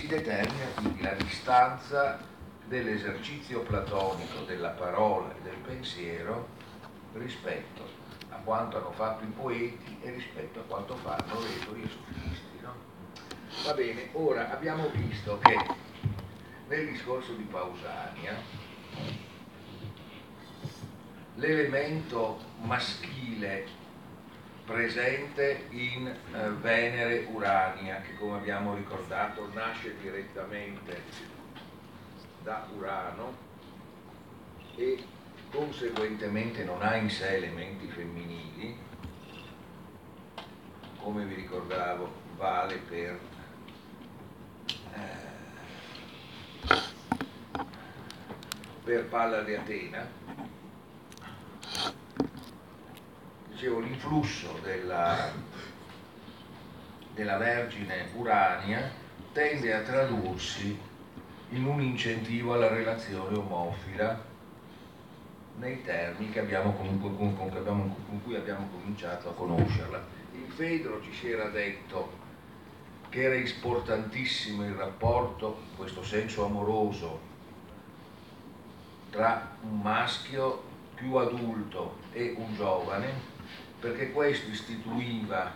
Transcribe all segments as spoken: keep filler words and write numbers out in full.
determina quindi la distanza dell'esercizio platonico della parola e del pensiero rispetto a quanto hanno fatto i poeti e rispetto a quanto fanno retori e sofisti, no? Va bene, ora abbiamo visto che nel discorso di Pausania l'elemento maschile presente in eh, Venere Urania, che come abbiamo ricordato nasce direttamente da Urano e conseguentemente non ha in sé elementi femminili, come vi ricordavo vale per eh, per Palla di Atena. Dicevo, l'influsso della, della Vergine Urania tende a tradursi in un incentivo alla relazione omofila nei termini che abbiamo comunque, con, con, abbiamo, con cui abbiamo cominciato a conoscerla. In Fedro ci si era detto che era importantissimo il rapporto, in questo senso amoroso, tra un maschio più adulto e un giovane, perché questo istituiva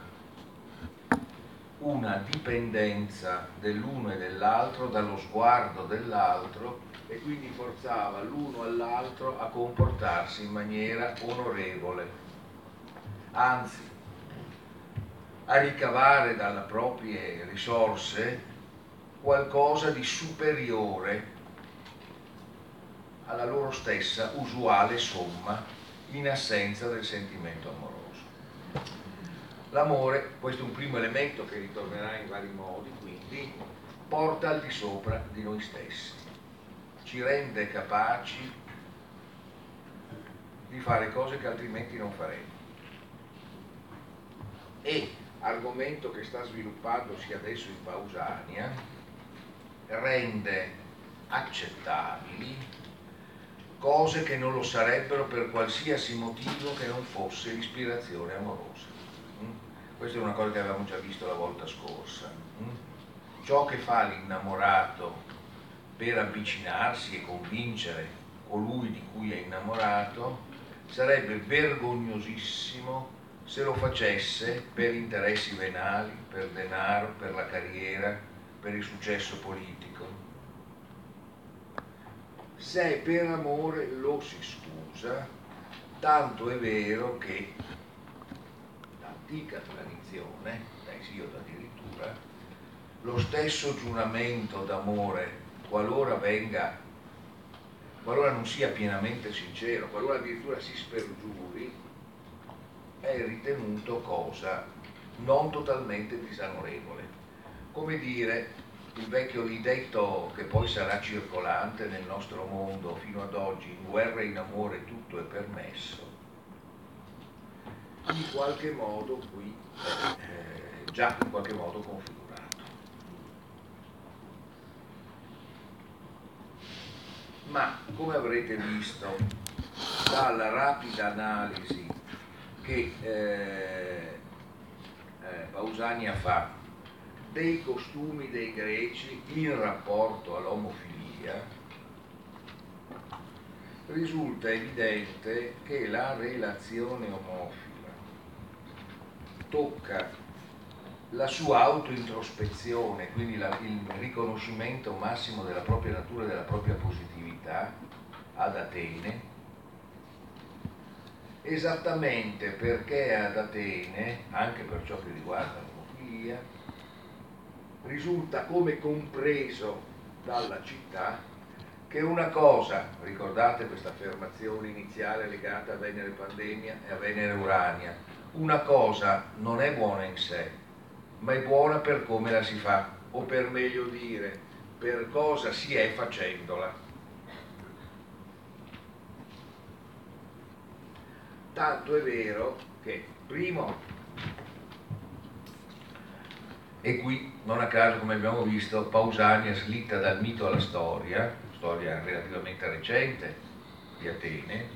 una dipendenza dell'uno e dell'altro dallo sguardo dell'altro e quindi forzava l'uno all'altro a comportarsi in maniera onorevole, anzi a ricavare dalle proprie risorse qualcosa di superiore alla loro stessa usuale somma in assenza del sentimento amoroso. L'amore, questo è un primo elemento che ritornerà in vari modi, quindi porta al di sopra di noi stessi, ci rende capaci di fare cose che altrimenti non faremo. E, argomento che sta sviluppandosi adesso in Pausania, rende accettabili cose che non lo sarebbero per qualsiasi motivo che non fosse l'ispirazione amorosa. Questa è una cosa che avevamo già visto la volta scorsa. Ciò che fa l'innamorato per avvicinarsi e convincere colui di cui è innamorato sarebbe vergognosissimo se lo facesse per interessi venali, per denaro, per la carriera, per il successo politico. Se per amore lo si scusa, tanto è vero che l'antica tradizione, da Esiodo addirittura, lo stesso giuramento d'amore, qualora venga, qualora non sia pienamente sincero, qualora addirittura si spergiuri, è ritenuto cosa non totalmente disonorevole. Come dire, il vecchio ridetto che poi sarà circolante nel nostro mondo fino ad oggi, in guerra e in amore tutto è permesso, in qualche modo qui eh, già in qualche modo configurato. Ma come avrete visto dalla rapida analisi che eh, eh, Pausania fa dei costumi dei greci in rapporto all'omofilia, risulta evidente che la relazione omofila tocca la sua autointrospezione, quindi la, il riconoscimento massimo della propria natura e della propria positività ad Atene, esattamente perché ad Atene, anche per ciò che riguarda l'omofilia, risulta come compreso dalla città che una cosa, ricordate questa affermazione iniziale legata a Venere Pandemia e a Venere Urania, una cosa non è buona in sé, ma è buona per come la si fa, o per meglio dire, per cosa si è facendola. Tanto è vero che, primo, e qui non a caso, come abbiamo visto, Pausania slitta dal mito alla storia, storia relativamente recente di Atene,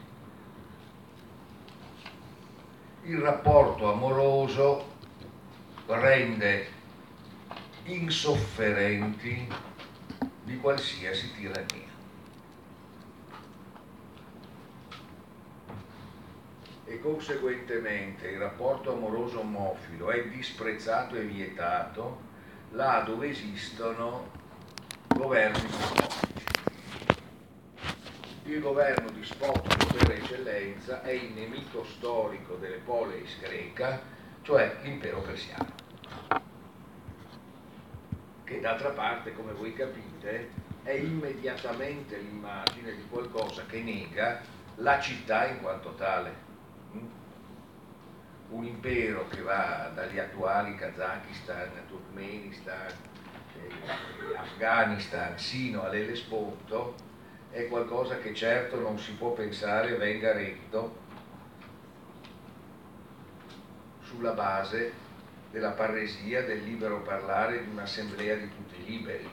il rapporto amoroso rende insofferenti di qualsiasi tirannia. E conseguentemente il rapporto amoroso omofilo è disprezzato e vietato là dove esistono governi dispotici. Il governo dispotico per eccellenza è il nemico storico delle poleis greca, cioè l'impero persiano, che d'altra parte, come voi capite, è immediatamente l'immagine di qualcosa che nega la città in quanto tale. Un impero che va dagli attuali Kazakistan, Turkmenistan, eh, Afghanistan sino all'Ellesponto è qualcosa che certo non si può pensare venga retto sulla base della parresia del libero parlare di un'assemblea di tutti liberi.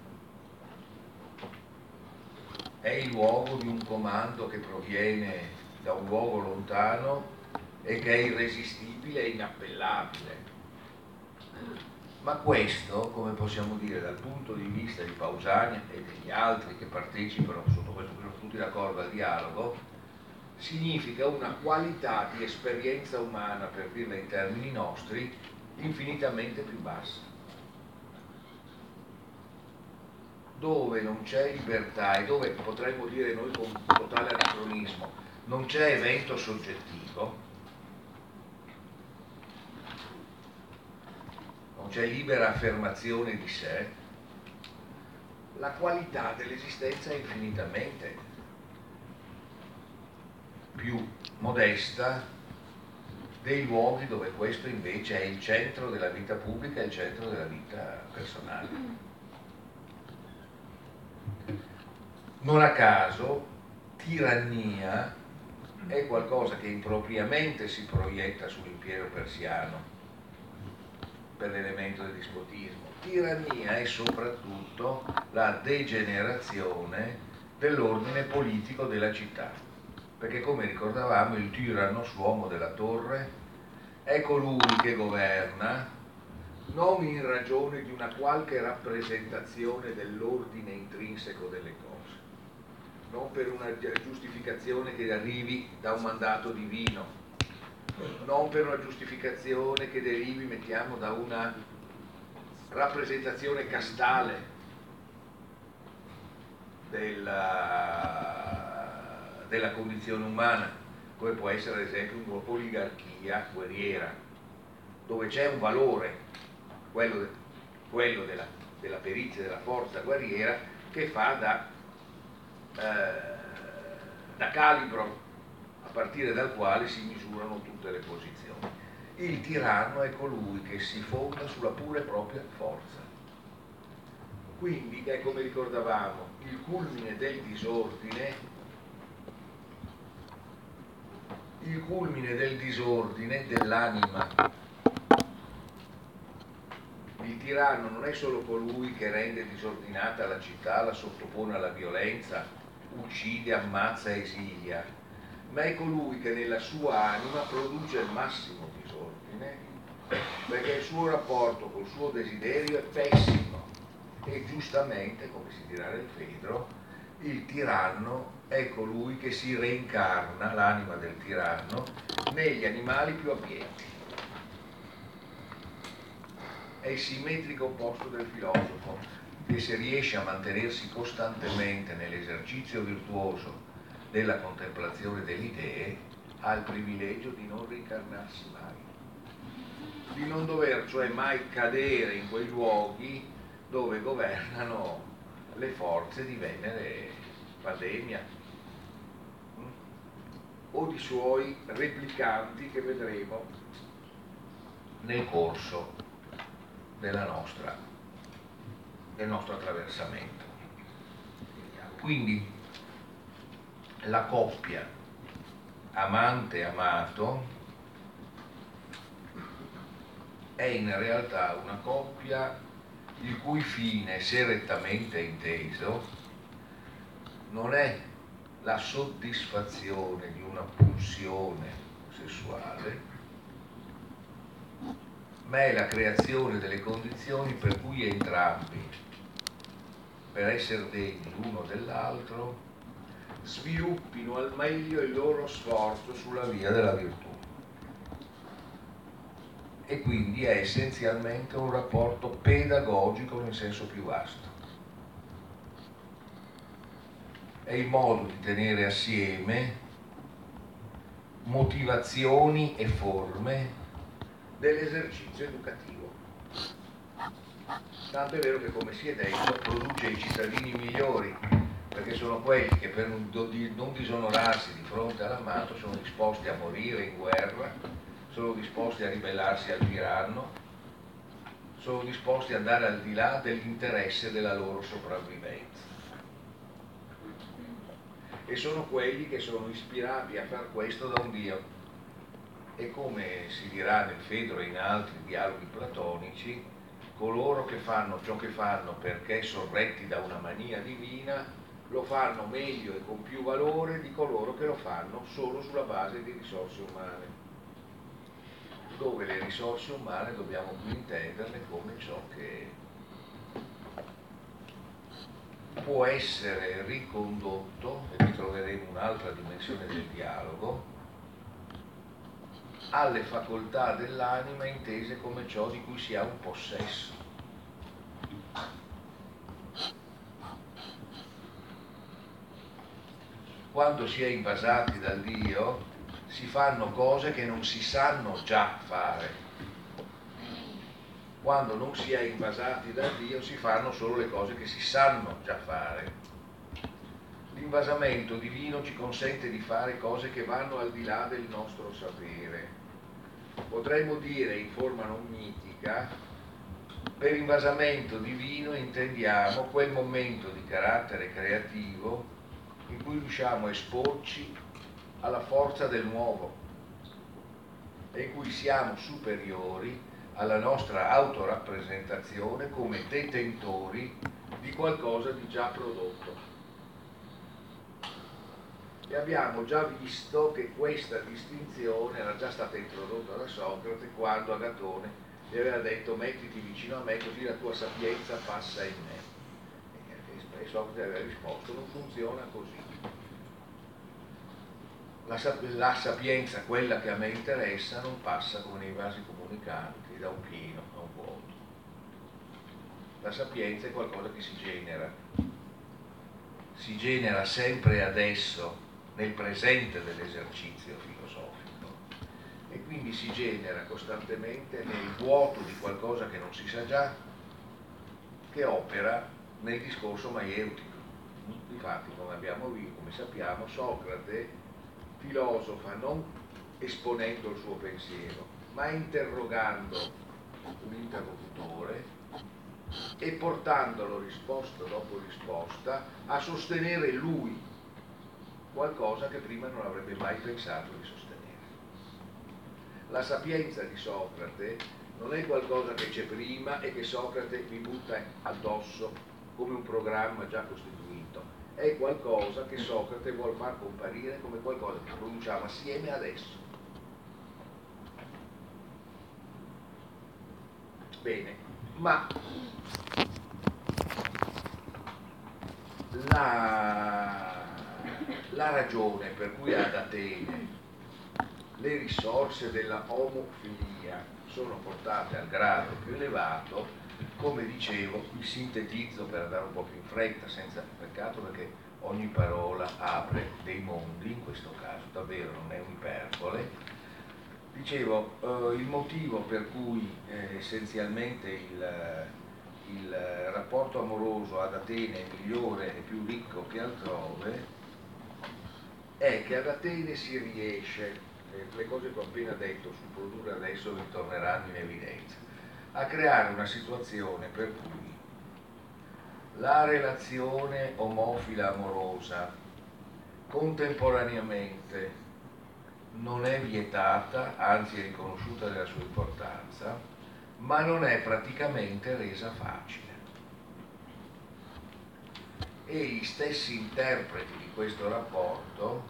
È il luogo di un comando che proviene da un luogo lontano e che è irresistibile e inappellabile. Ma questo, come possiamo dire, dal punto di vista di Pausania e degli altri che partecipano sotto questo sono tutti d'accordo al dialogo, significa una qualità di esperienza umana, per dirla in termini nostri, infinitamente più bassa, dove non c'è libertà e dove potremmo dire noi con totale anacronismo non c'è evento soggettivo, non c'è libera affermazione di sé, la qualità dell'esistenza è infinitamente più modesta dei luoghi dove questo invece è il centro della vita pubblica e il centro della vita personale. Non a caso, tirannia è qualcosa che impropriamente si proietta sull'impero persiano per l'elemento del dispotismo. Tirannia è soprattutto la degenerazione dell'ordine politico della città, perché come ricordavamo il tyrannos, l'uomo della torre, è colui che governa non in ragione di una qualche rappresentazione dell'ordine intrinseco delle cose, non per una giustificazione che arrivi da un mandato divino, non per una giustificazione che derivi, mettiamo, da una rappresentazione castale della, della condizione umana, come può essere ad esempio un'oligarchia guerriera, dove c'è un valore, quello, de, quello della, della perizia, della forza guerriera, che fa da, eh, da calibro a partire dal quale si misurano tutte le posizioni. Il tiranno è colui che si fonda sulla pura e propria forza. Quindi è, come ricordavamo, il culmine del disordine, il culmine del disordine dell'anima. Il tiranno non è solo colui che rende disordinata la città, la sottopone alla violenza, uccide, ammazza, esilia, ma è colui che nella sua anima produce il massimo disordine, perché il suo rapporto col suo desiderio è pessimo e giustamente, come si dirà nel Fedro, il tiranno è colui che si reincarna, l'anima del tiranno, negli animali più abbienti. È il simmetrico opposto del filosofo, che se riesce a mantenersi costantemente nell'esercizio virtuoso della contemplazione delle idee, ha il privilegio di non reincarnarsi mai, di non dover cioè mai cadere in quei luoghi dove governano le forze di Venere, Pandemia, mh? o di suoi replicanti che vedremo nel corso della nostra, del nostro attraversamento. Quindi la coppia amante-amato è in realtà una coppia il cui fine, se rettamente inteso, non è la soddisfazione di una pulsione sessuale, ma è la creazione delle condizioni per cui entrambi, per essere degni l'uno dell'altro, sviluppino al meglio il loro sforzo sulla via della virtù. E quindi è essenzialmente un rapporto pedagogico nel senso più vasto. È il modo di tenere assieme motivazioni e forme dell'esercizio educativo. Tanto è vero che, come si è detto, produce i cittadini migliori, perché sono quelli che, per non disonorarsi di fronte all'amato, sono disposti a morire in guerra, sono disposti a ribellarsi al tiranno, sono disposti ad andare al di là dell'interesse della loro sopravvivenza. E sono quelli che sono ispirati a far questo da un Dio. E come si dirà nel Fedro e in altri dialoghi platonici, coloro che fanno ciò che fanno perché sorretti da una mania divina lo fanno meglio e con più valore di coloro che lo fanno solo sulla base di risorse umane, dove le risorse umane dobbiamo più intenderle come ciò che può essere ricondotto, e qui troveremo un'altra dimensione del dialogo, alle facoltà dell'anima intese come ciò di cui si ha un possesso. Quando si è invasati dal Dio si fanno cose che non si sanno già fare. Quando non si è invasati dal Dio si fanno solo le cose che si sanno già fare. L'invasamento divino ci consente di fare cose che vanno al di là del nostro sapere. Potremmo dire in forma non mitica, per invasamento divino intendiamo quel momento di carattere creativo in cui riusciamo a esporci alla forza del nuovo e in cui siamo superiori alla nostra autorappresentazione come detentori di qualcosa di già prodotto. E abbiamo già visto che questa distinzione era già stata introdotta da Socrate quando Agatone gli aveva detto: mettiti vicino a me così la tua sapienza passa in me. E Socrate aveva risposto: non funziona così. La, la sapienza, quella che a me interessa, non passa come nei vasi comunicanti da un pieno a un vuoto. La sapienza è qualcosa che si genera, si genera sempre adesso, nel presente dell'esercizio filosofico, e quindi si genera costantemente nel vuoto di qualcosa che non si sa già, che opera nel discorso maieutico. Infatti, come abbiamo visto, come sappiamo, Socrate filosofa non esponendo il suo pensiero, ma interrogando un interlocutore e portandolo risposta dopo risposta a sostenere lui qualcosa che prima non avrebbe mai pensato di sostenere. La sapienza di Socrate non è qualcosa che c'è prima e che Socrate mi butta addosso come un programma già costituito, è qualcosa che Socrate vuol far comparire come qualcosa che produciamo assieme adesso. Bene, ma la, la ragione per cui ad Atene le risorse della omofilia sono portate al grado più elevato, come dicevo, qui sintetizzo per andare un po' più in fretta, senza peccato, perché ogni parola apre dei mondi, in questo caso davvero non è un'iperbole. Dicevo, eh, il motivo per cui eh, essenzialmente il, il rapporto amoroso ad Atene è migliore e più ricco che altrove è che ad Atene si riesce, eh, le cose che ho appena detto sul produrre adesso ritorneranno in evidenza, a creare una situazione per cui la relazione omofila amorosa contemporaneamente non è vietata, anzi è riconosciuta nella sua importanza, ma non è praticamente resa facile. E gli stessi interpreti di questo rapporto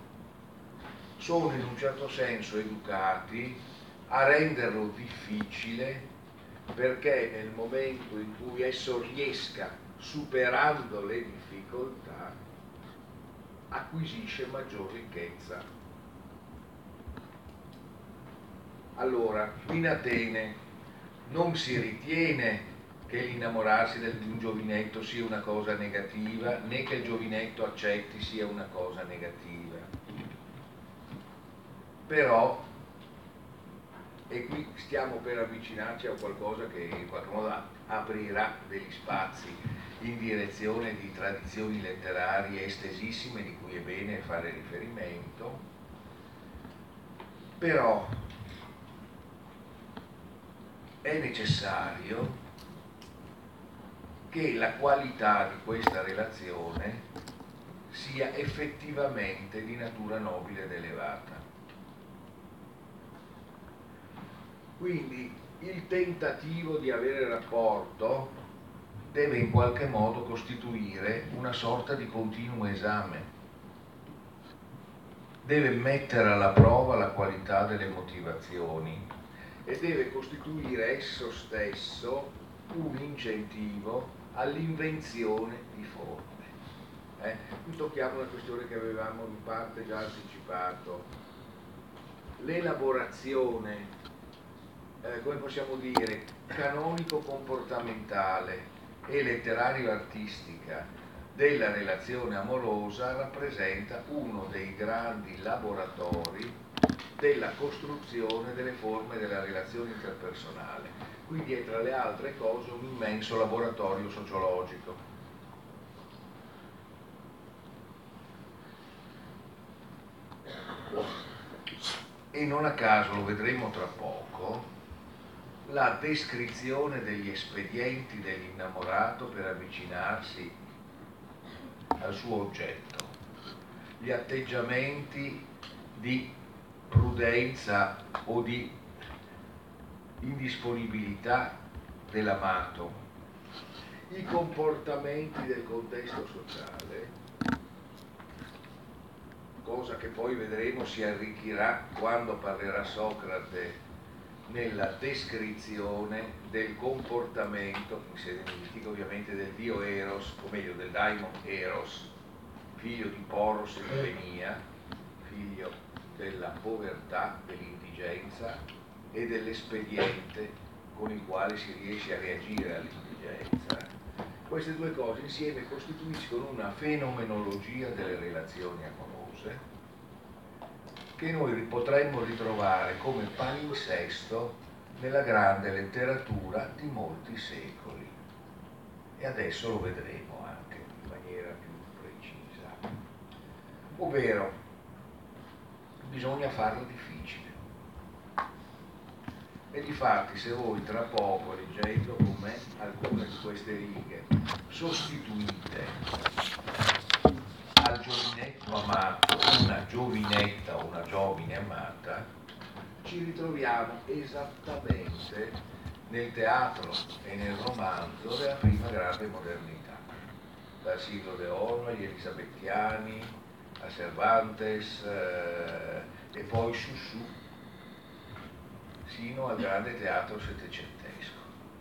sono in un certo senso educati a renderlo difficile perché nel momento in cui esso riesca, superando le difficoltà, acquisisce maggior ricchezza. Allora, in Atene non si ritiene che l'innamorarsi di un giovinetto sia una cosa negativa, né che il giovinetto accetti sia una cosa negativa. Però, e qui stiamo per avvicinarci a qualcosa che in qualche modo aprirà degli spazi in direzione di tradizioni letterarie estesissime di cui è bene fare riferimento, però è necessario che la qualità di questa relazione sia effettivamente di natura nobile ed elevata. Quindi il tentativo di avere rapporto deve in qualche modo costituire una sorta di continuo esame, deve mettere alla prova la qualità delle motivazioni e deve costituire esso stesso un incentivo all'invenzione di forme. Eh? Qui tocchiamo una questione che avevamo in parte già anticipato. L'elaborazione, eh, come possiamo dire, canonico-comportamentale e letterario-artistica della relazione amorosa rappresenta uno dei grandi laboratori della costruzione delle forme della relazione interpersonale. Quindi è tra le altre cose un immenso laboratorio sociologico. E non a caso, lo vedremo tra poco, la descrizione degli espedienti dell'innamorato per avvicinarsi al suo oggetto, gli atteggiamenti di prudenza o di indisponibilità dell'amato, i comportamenti del contesto sociale, cosa che poi vedremo si arricchirà quando parlerà Socrate nella descrizione del comportamento, in sede mitica ovviamente, del dio Eros, o meglio del daimon Eros, figlio di Poros e di Venia, figlio della povertà, dell'indigenza e dell'espediente con il quale si riesce a reagire all'indigenza. Queste due cose insieme costituiscono una fenomenologia delle relazioni amorose che noi potremmo ritrovare come palinsesto nella grande letteratura di molti secoli. E adesso lo vedremo anche in maniera più precisa. Ovvero, bisogna farlo difficile. E difatti, se voi tra poco, leggendo con me alcune di queste righe, sostituite al giovinetto amato una giovinetta o una giovine amata, ci ritroviamo esattamente nel teatro e nel romanzo della prima grande modernità, dal siglo d'oro agli elisabettiani, a Cervantes eh, e poi su su sino al grande teatro settecentesco.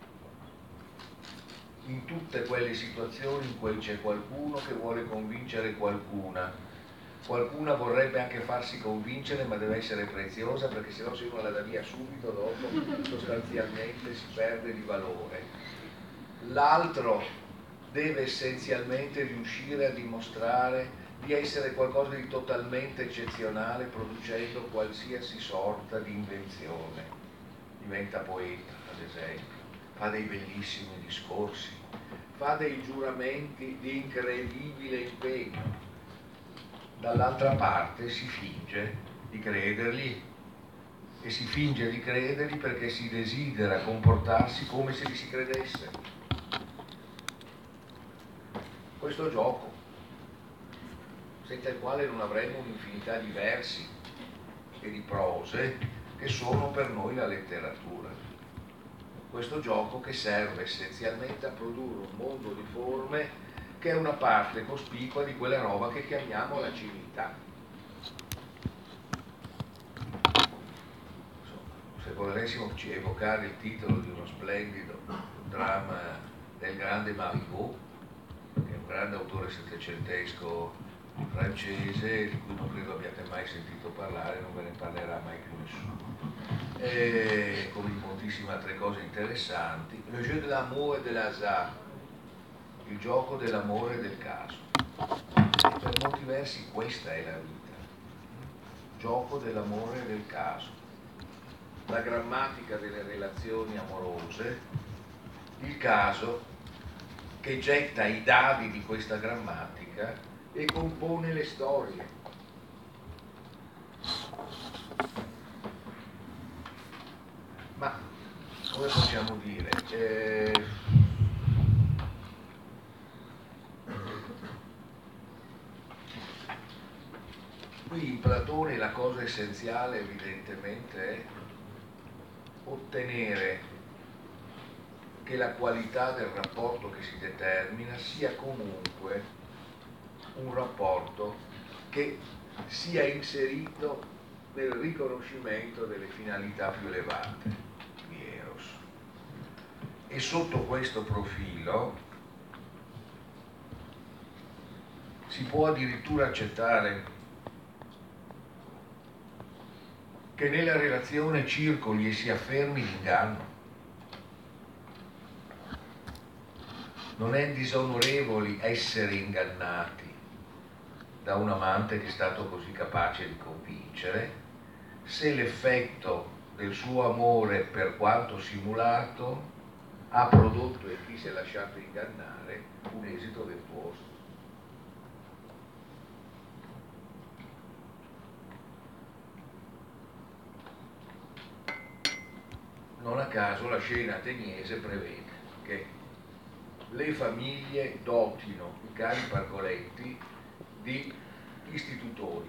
In tutte quelle situazioni in cui c'è qualcuno che vuole convincere qualcuna, qualcuna vorrebbe anche farsi convincere, ma deve essere preziosa, perché sennò se uno la dà via subito dopo sostanzialmente si perde di valore. L'altro deve essenzialmente riuscire a dimostrare di essere qualcosa di totalmente eccezionale, producendo qualsiasi sorta di invenzione. Diventa poeta, ad esempio, fa dei bellissimi discorsi, fa dei giuramenti di incredibile impegno. Dall'altra parte si finge di crederli, e si finge di crederli perché si desidera comportarsi come se li si credesse. Questo gioco, senza il quale non avremmo un'infinità di versi e di prose che sono per noi la letteratura. Questo gioco che serve essenzialmente a produrre un mondo di forme che è una parte cospicua di quella roba che chiamiamo la civiltà. Insomma, se volessimo evocare il titolo di uno splendido dramma del grande Marivaux, che è un grande autore settecentesco francese di cui non credo abbiate mai sentito parlare, non ve ne parlerà mai più nessuno, e come di moltissime altre cose interessanti. Le jeu de l'amour et de l'hasard, il gioco dell'amore e del caso. E per molti versi questa è la vita, gioco dell'amore e del caso, la grammatica delle relazioni amorose, il caso che getta i dadi di questa grammatica e compone le storie. Ma come possiamo dire? Eh, qui in Platone la cosa essenziale evidentemente è ottenere che la qualità del rapporto che si determina sia comunque un rapporto che sia inserito nel riconoscimento delle finalità più elevate di Eros. E sotto questo profilo si può addirittura accettare che nella relazione circoli e si affermi l'inganno. Non è disonorevoli essere ingannati da un amante che è stato così capace di convincere, se l'effetto del suo amore, per quanto simulato, ha prodotto in chi si è lasciato ingannare un esito virtuoso. Non a caso la scena ateniese prevede che le famiglie dotino i cari pargoletti di istitutori.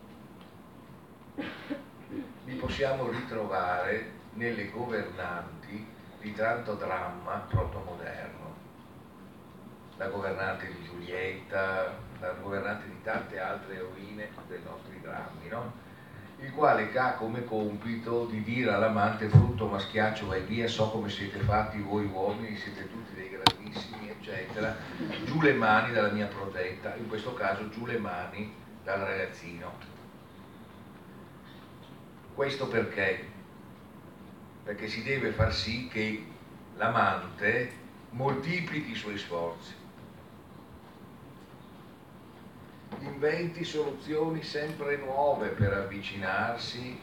Li possiamo ritrovare nelle governanti di tanto dramma protomoderno, la governante di Giulietta, la governante di tante altre eroine dei nostri drammi, no? Il quale ha come compito di dire all'amante: frutto maschiaccio, vai via, so come siete fatti voi uomini, siete tutti dei grandissimi, eccetera, giù le mani dalla mia protetta, in questo caso giù le mani dal ragazzino. Questo perché? Perché si deve far sì che l'amante moltiplichi i suoi sforzi, inventi soluzioni sempre nuove per avvicinarsi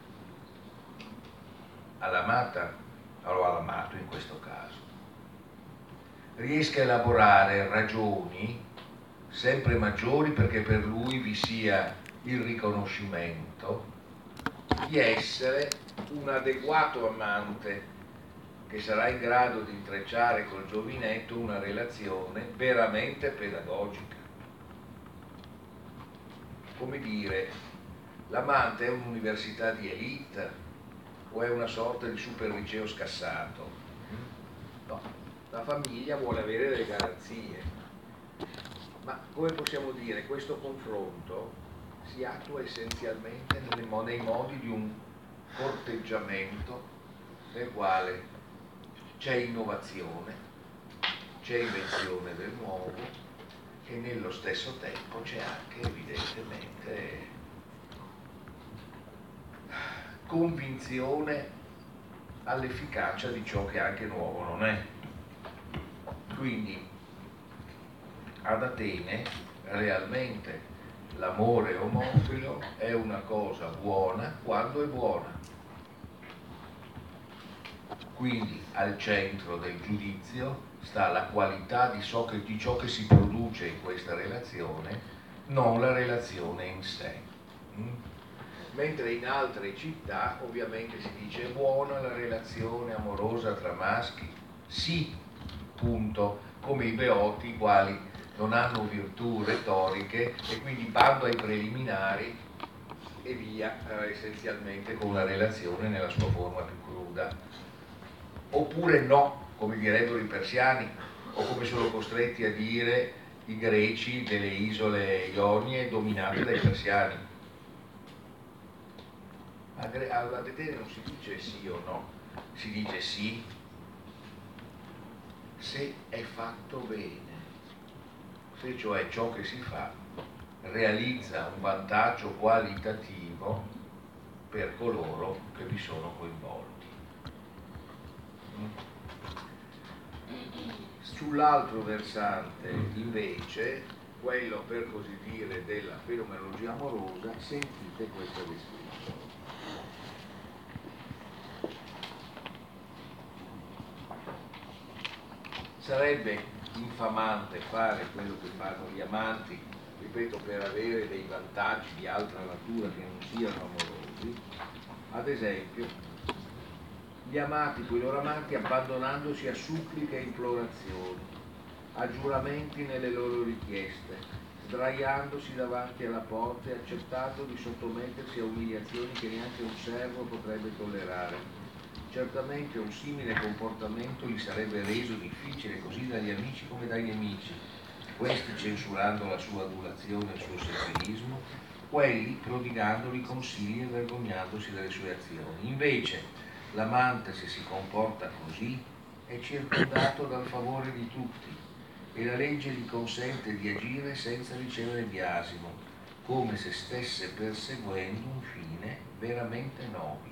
all'amata o all'amato in questo caso, riesca a elaborare ragioni sempre maggiori perché per lui vi sia il riconoscimento di essere un adeguato amante che sarà in grado di intrecciare col giovinetto una relazione veramente pedagogica. Come dire, l'amante è un'università di elite o è una sorta di super liceo scassato? No, la famiglia vuole avere delle garanzie. Ma come possiamo dire, questo confronto si attua essenzialmente nei modi di un corteggiamento nel quale c'è innovazione, c'è invenzione del nuovo, e nello stesso tempo c'è anche evidentemente convinzione all'efficacia di ciò che anche nuovo non è. Quindi ad Atene realmente l'amore omofilo è una cosa buona quando è buona. Quindi al centro del giudizio sta la qualità di ciò che, di ciò che si produce in questa relazione, non la relazione in sé. Mm? Mentre in altre città ovviamente si dice: è buona la relazione amorosa tra maschi? Sì, punto, come i beoti, i quali non hanno virtù retoriche e quindi bando ai preliminari e via, eh, essenzialmente con la relazione nella sua forma più cruda. Oppure no, come direbbero i persiani, o come sono costretti a dire i greci delle isole ionie dominate dai persiani. Ad Atene non si dice sì o no, si dice sì se è fatto bene, se cioè ciò che si fa realizza un vantaggio qualitativo per coloro che vi sono coinvolti. Sull'altro versante invece, quello per così dire della fenomenologia amorosa, sentite questa descrizione. Sarebbe infamante fare quello che fanno gli amanti, ripeto, per avere dei vantaggi di altra natura che non siano amorosi. Ad esempio, gli amati, quei loro amanti, abbandonandosi a suppliche e implorazioni, a giuramenti nelle loro richieste, sdraiandosi davanti alla porta e accettato di sottomettersi a umiliazioni che neanche un servo potrebbe tollerare. Certamente un simile comportamento gli sarebbe reso difficile così dagli amici come dai nemici, questi censurando la sua adulazione e il suo secretismo, quelli prodigandogli consigli e vergognandosi delle sue azioni. Invece l'amante, se si comporta così, è circondato dal favore di tutti e la legge gli consente di agire senza ricevere biasimo, come se stesse perseguendo un fine veramente nobile.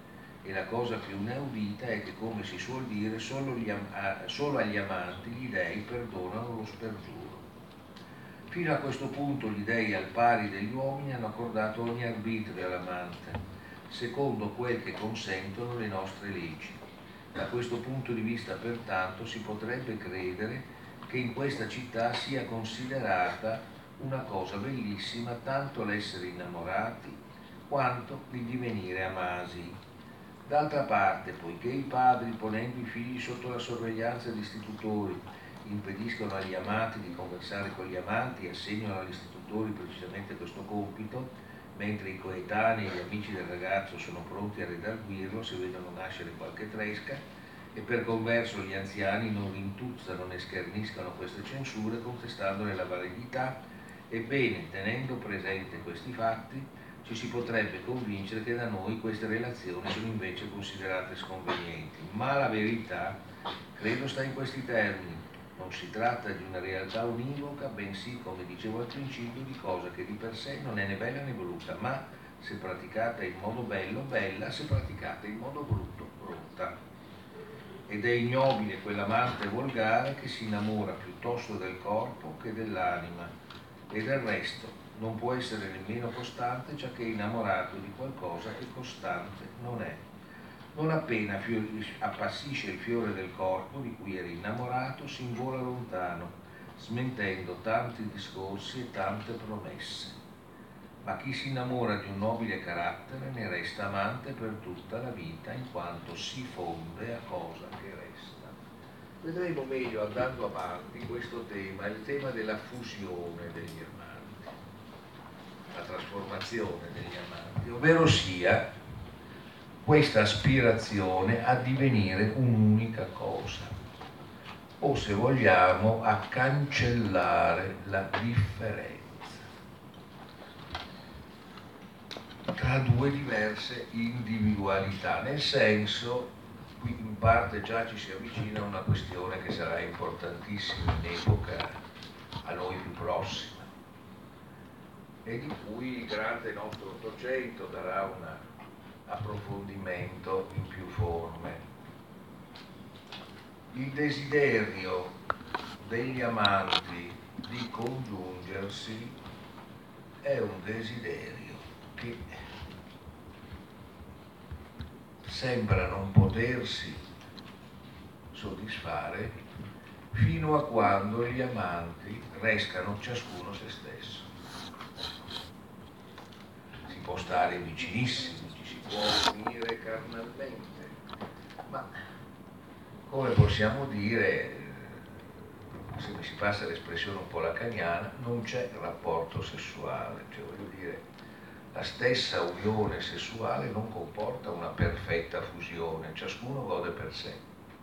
E la cosa più inaudita è che, come si suol dire, solo, gli am- solo agli amanti gli dei perdonano lo spergiuro. Fino a questo punto gli dei, al pari degli uomini, hanno accordato ogni arbitrio all'amante, secondo quel che consentono le nostre leggi. Da questo punto di vista, pertanto, si potrebbe credere che in questa città sia considerata una cosa bellissima tanto l'essere innamorati quanto il divenire amasi. D'altra parte, poiché i padri, ponendo i figli sotto la sorveglianza di istitutori, impediscono agli amati di conversare con gli amanti e assegnano agli istitutori precisamente questo compito, mentre i coetanei e gli amici del ragazzo sono pronti a redarguirlo se vedono nascere qualche tresca, e per converso gli anziani non rintuzzano né scherniscano queste censure contestandone la validità, ebbene, tenendo presente questi fatti, ci si potrebbe convincere che da noi queste relazioni sono invece considerate sconvenienti. Ma la verità, credo, sta in questi termini. Non si tratta di una realtà univoca, bensì, come dicevo al principio, di cosa che di per sé non è né bella né brutta, ma se praticata in modo bello, bella, se praticata in modo brutto, brutta. Ed è ignobile quell'amante volgare che si innamora piuttosto del corpo che dell'anima, e del resto non può essere nemmeno costante, giacché è innamorato di qualcosa che costante non è. Non appena appassisce il fiore del corpo di cui era innamorato, si invola lontano, smentendo tanti discorsi e tante promesse. Ma chi si innamora di un nobile carattere ne resta amante per tutta la vita, in quanto si fonde a cosa che resta. Vedremo meglio, andando avanti, questo tema, il tema della fusione degli amanti, la trasformazione degli amanti, ovvero sia questa aspirazione a divenire un'unica cosa, o se vogliamo a cancellare la differenza tra due diverse individualità, nel senso, qui in parte già ci si avvicina a una questione che sarà importantissima in epoca a noi più prossima e di cui il grande nostro Ottocento darà un approfondimento in più forme. Il desiderio degli amanti di congiungersi è un desiderio che sembra non potersi soddisfare fino a quando gli amanti restano ciascuno se stesso. Si può stare vicinissimi, ci si può unire carnalmente, ma come possiamo dire, se mi si passa l'espressione un po' lacaniana, non c'è rapporto sessuale, cioè voglio dire, la stessa unione sessuale non comporta una perfetta fusione, ciascuno gode per sé.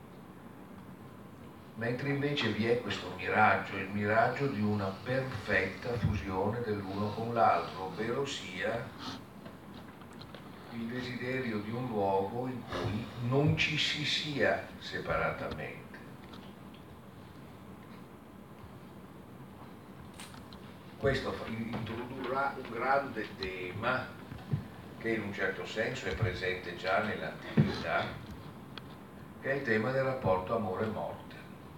Mentre invece vi è questo miraggio, il miraggio di una perfetta fusione dell'uno con l'altro, ovvero sia il desiderio di un luogo in cui non ci si sia separatamente. Questo introdurrà un grande tema che in un certo senso è presente già nell'antichità, che è il tema del rapporto amore-morte,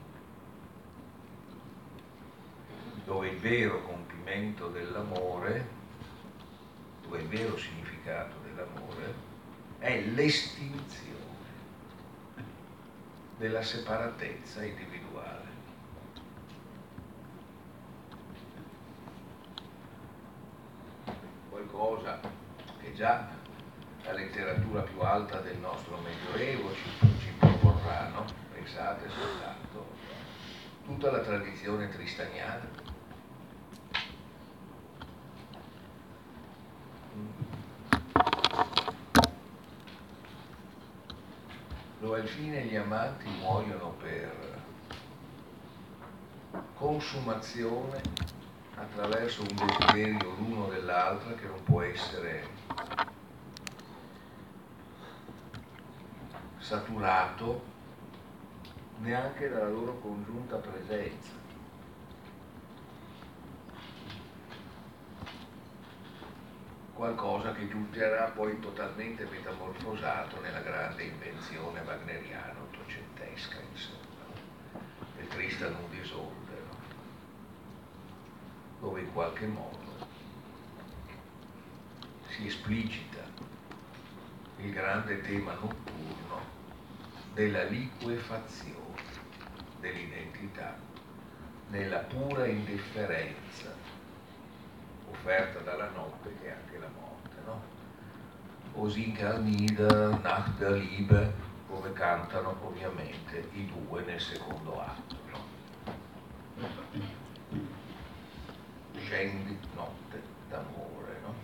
dove il vero compimento dell'amore, dove il vero significato dell'amore è l'estinzione della separatezza individuale. Qualcosa che già la letteratura più alta del nostro Medioevo ci, ci proporrà, no? Pensate soltanto tutta la tradizione tristaniana, dove alla fine gli amanti muoiono per consumazione attraverso un desiderio l'uno dell'altra che non può essere saturato neanche dalla loro congiunta presenza. Qualcosa che giungerà poi totalmente metamorfosato nella grande invenzione wagneriana ottocentesca, insomma, del Tristan und Isolde, no? Dove in qualche modo si esplicita il grande tema notturno della liquefazione dell'identità nella pura indifferenza offerta dalla notte, che è anche la morte, no? O Sing Nieder nach der Liebe, come cantano ovviamente i due nel secondo atto, no? Scendi notte d'amore, no?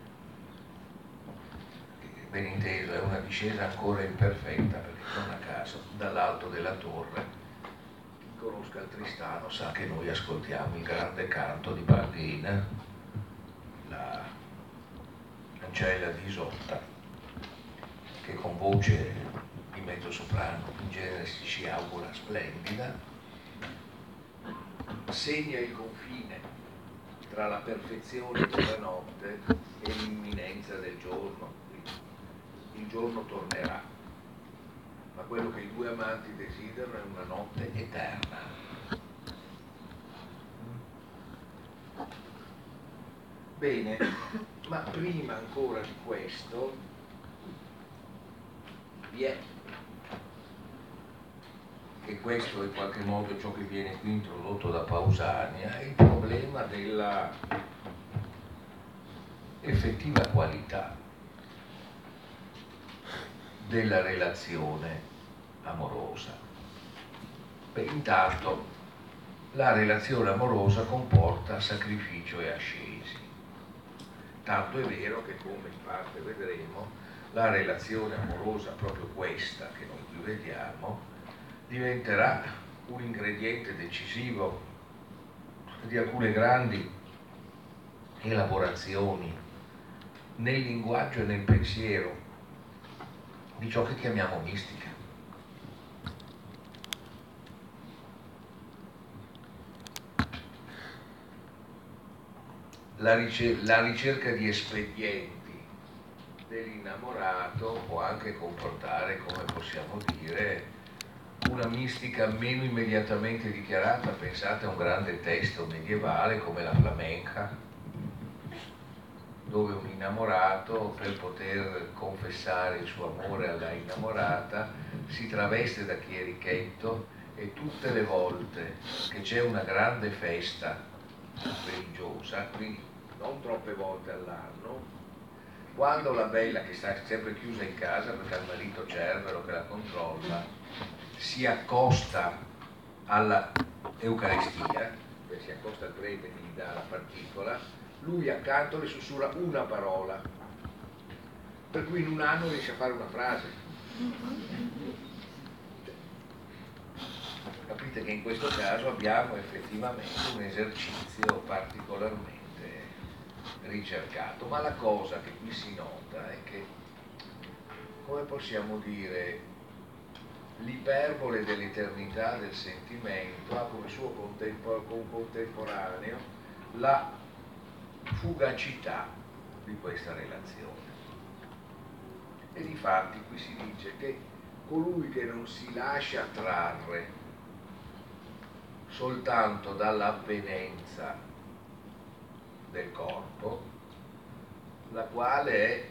Ben inteso, è una discesa ancora imperfetta, perché non a caso dall'alto della torre, chi conosca il Tristano sa che noi ascoltiamo il grande canto di Baldin, la ancella di Isotta, che con voce di mezzo soprano, in genere si ci augura splendida, segna il confine tra la perfezione della notte e l'imminenza del giorno. Il giorno tornerà, ma quello che i due amanti desiderano è una notte eterna. Bene, ma prima ancora di questo vi è, che questo è in qualche modo ciò che viene qui introdotto da Pausania, il problema della effettiva qualità della relazione amorosa. Beh, intanto la relazione amorosa comporta sacrificio e ascesi, tanto è vero che, come in parte vedremo, la relazione amorosa, proprio questa che noi qui vediamo, diventerà un ingrediente decisivo di alcune grandi elaborazioni nel linguaggio e nel pensiero di ciò che chiamiamo mistica. La, ricer- la ricerca di espedienti dell'innamorato può anche comportare, come possiamo dire, una mistica meno immediatamente dichiarata. Pensate a un grande testo medievale come la Flamenca, dove un innamorato, per poter confessare il suo amore alla innamorata, si traveste da chierichetto e tutte le volte che c'è una grande festa religiosa, quindi non troppe volte all'anno, quando la bella, che sta sempre chiusa in casa perché ha il marito Cerbero che la controlla, si accosta alla Eucaristia, cioè si accosta al prete che gli dà la particola, lui accanto le sussurra una parola, per cui in un anno riesce a fare una frase. Capite che in questo caso abbiamo effettivamente un esercizio particolarmente ricercato, ma la cosa che qui si nota è che come possiamo dire, l'iperbole dell'eternità del sentimento ha come suo contempor- contemporaneo la fugacità di questa relazione. E difatti qui si dice che colui che non si lascia trarre soltanto dall'avvenenza del corpo, la quale è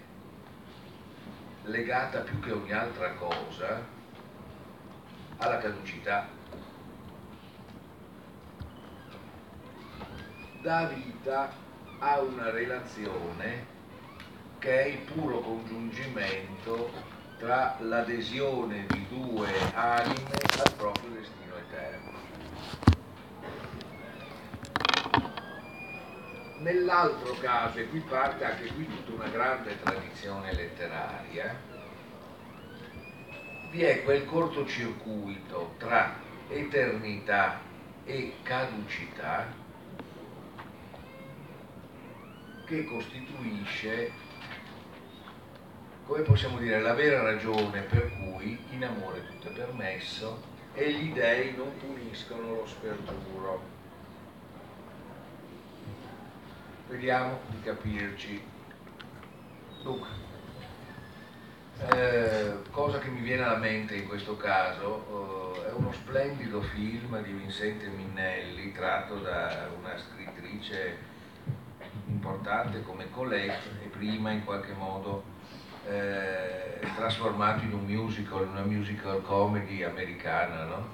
legata più che ogni altra cosa alla caducità, dà vita a una relazione che è il puro congiungimento tra l'adesione di due anime al proprio destino eterno. Nell'altro caso, e qui parte anche qui tutta una grande tradizione letteraria, vi è quel cortocircuito tra eternità e caducità che costituisce, come possiamo dire, la vera ragione per cui in amore tutto è permesso e gli dèi non puniscono lo spergiuro. Vediamo di capirci. Dunque, eh, cosa che mi viene alla mente in questo caso eh, è uno splendido film di Vincente Minnelli tratto da una scrittrice importante come Colette e prima in qualche modo eh, trasformato in un musical, una musical comedy americana, no?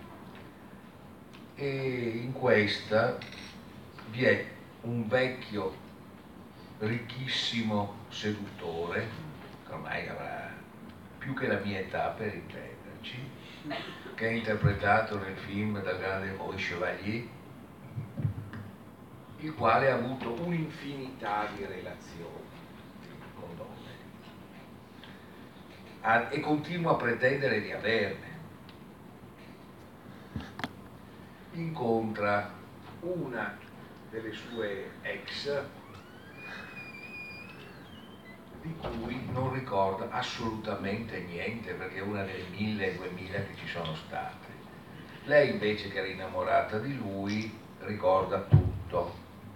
E in questa vi è un vecchio ricchissimo seduttore, che ormai avrà più che la mia età per intenderci, che è interpretato nel film dal grande Maurice Chevalier, il quale ha avuto un'infinità di relazioni con donne ha, e continua a pretendere di averne. Incontra una delle sue ex di cui non ricorda assolutamente niente, perché è una delle mille, duemila che ci sono state. Lei invece, che era innamorata di lui, ricorda tutto.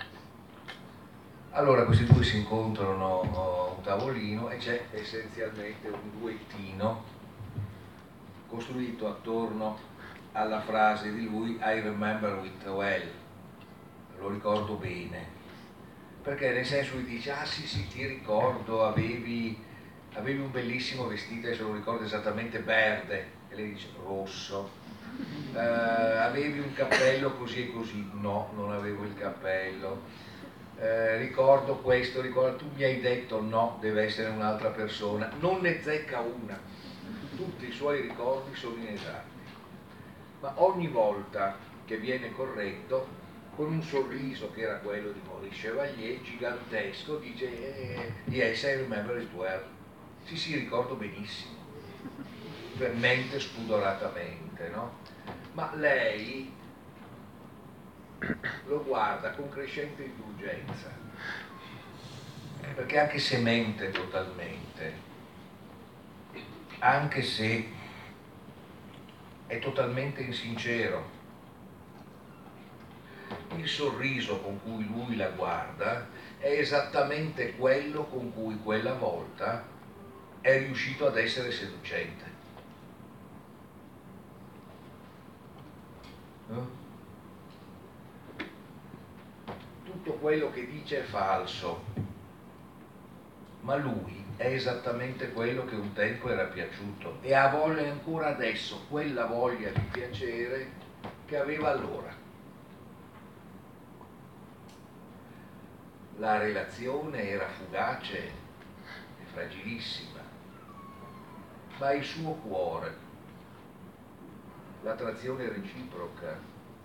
Allora questi due si incontrano a un tavolino e c'è essenzialmente un duettino costruito attorno alla frase di lui I remember it well, lo ricordo bene, perché nel senso che dice ah sì sì ti ricordo, avevi, avevi un bellissimo vestito, adesso lo ricordo esattamente, verde, e lei dice rosso, uh, avevi un cappello così e così, no, non avevo il cappello. Eh, ricordo questo, ricordo, tu mi hai detto no, deve essere un'altra persona, non ne zecca una, tutti i suoi ricordi sono inesatti, ma ogni volta che viene corretto, con un sorriso che era quello di Maurice Chevalier, gigantesco, dice eh, yes, I remember it well, sì sì, ricordo benissimo, mente spudoratamente, no? Ma lei lo guarda con crescente indulgenza, perché anche se mente totalmente, anche se è totalmente insincero, il sorriso con cui lui la guarda è esattamente quello con cui quella volta è riuscito ad essere seducente. No? Tutto quello che dice è falso, ma lui è esattamente quello che un tempo era piaciuto e ha voglia ancora adesso, quella voglia di piacere che aveva allora. La relazione era fugace e fragilissima, ma il suo cuore, l'attrazione reciproca,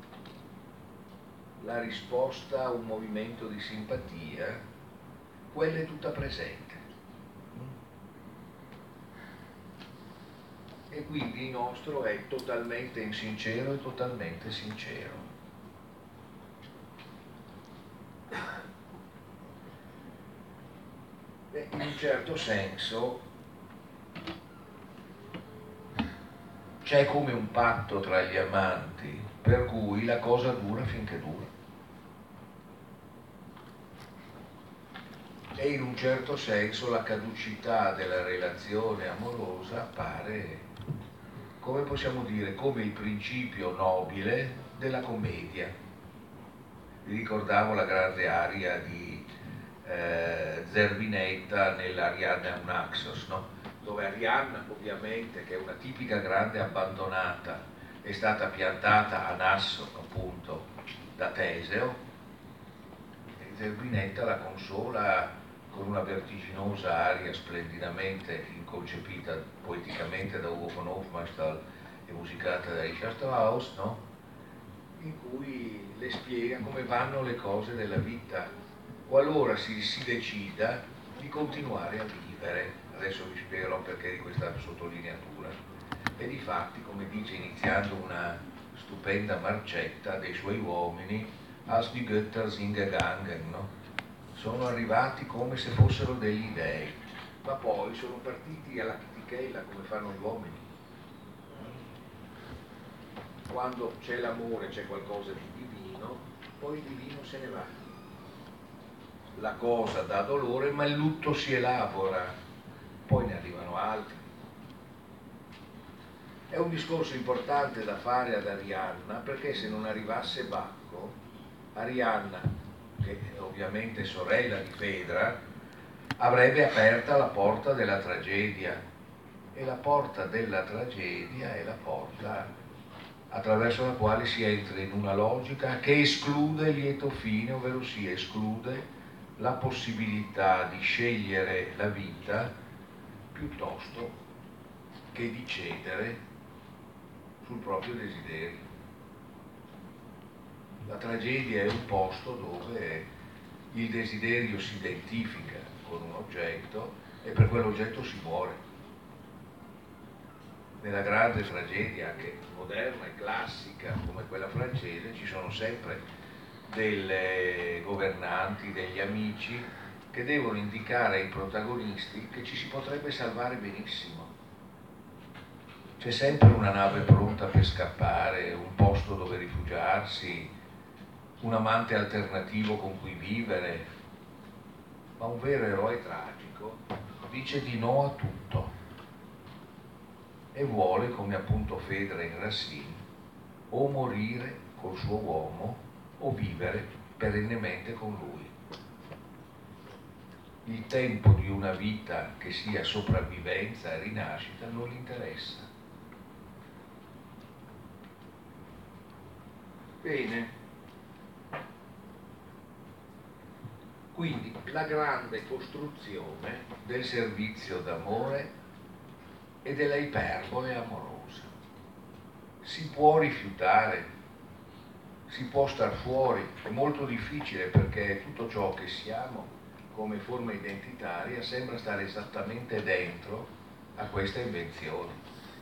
la risposta a un movimento di simpatia, quella è tutta presente. E quindi il nostro è totalmente insincero e totalmente sincero. E in un certo senso C'è come un patto tra gli amanti per cui la cosa dura finché dura. E in un certo senso la caducità della relazione amorosa appare, come possiamo dire, come il principio nobile della commedia. Vi ricordavo la grande aria di eh, Zerbinetta nell'Arianna e Naxos, no? Dove Arianna, ovviamente, che è una tipica grande abbandonata, è stata piantata a Nasso, appunto, da Teseo, e Zerbinetta la consola con una vertiginosa aria splendidamente inconcepita poeticamente da Ugo von Hofmannsthal e musicata da Richard Strauss, no? In cui le spiega come vanno le cose della vita, qualora si, si decida di continuare a vivere. Adesso vi spiegherò perché di questa sottolineatura. E difatti, come dice iniziando una stupenda marcetta dei suoi uomini, als die Götter sind gegangen, no? Sono arrivati come se fossero degli dei, ma poi sono partiti alla chitichella come fanno gli uomini. Quando c'è l'amore, c'è qualcosa di divino, poi il divino se ne va. La cosa dà dolore, ma il lutto si elabora, poi ne arrivano altri. È un discorso importante da fare ad Arianna, perché se non arrivasse Bacco, Arianna, che è ovviamente sorella di Fedra, avrebbe aperta la porta della tragedia. E la porta della tragedia è la porta attraverso la quale si entra in una logica che esclude il lieto fine, ovvero si esclude la possibilità di scegliere la vita piuttosto che di cedere sul proprio desiderio. La tragedia è un posto dove il desiderio si identifica con un oggetto e per quell'oggetto si muore. Nella grande tragedia, anche moderna e classica come quella francese, ci sono sempre delle governanti, degli amici che devono indicare ai protagonisti che ci si potrebbe salvare benissimo. C'è sempre una nave pronta per scappare, un posto dove rifugiarsi, un amante alternativo con cui vivere, ma un vero eroe tragico dice di no a tutto e vuole, come appunto Fedra in Racine, o morire col suo uomo o vivere perennemente con lui. Il tempo di una vita che sia sopravvivenza e rinascita non gli interessa. Bene. Quindi la grande costruzione del servizio d'amore e della iperbole amorosa. Si può rifiutare, si può star fuori, è molto difficile perché tutto ciò che siamo come forma identitaria sembra stare esattamente dentro a questa invenzione.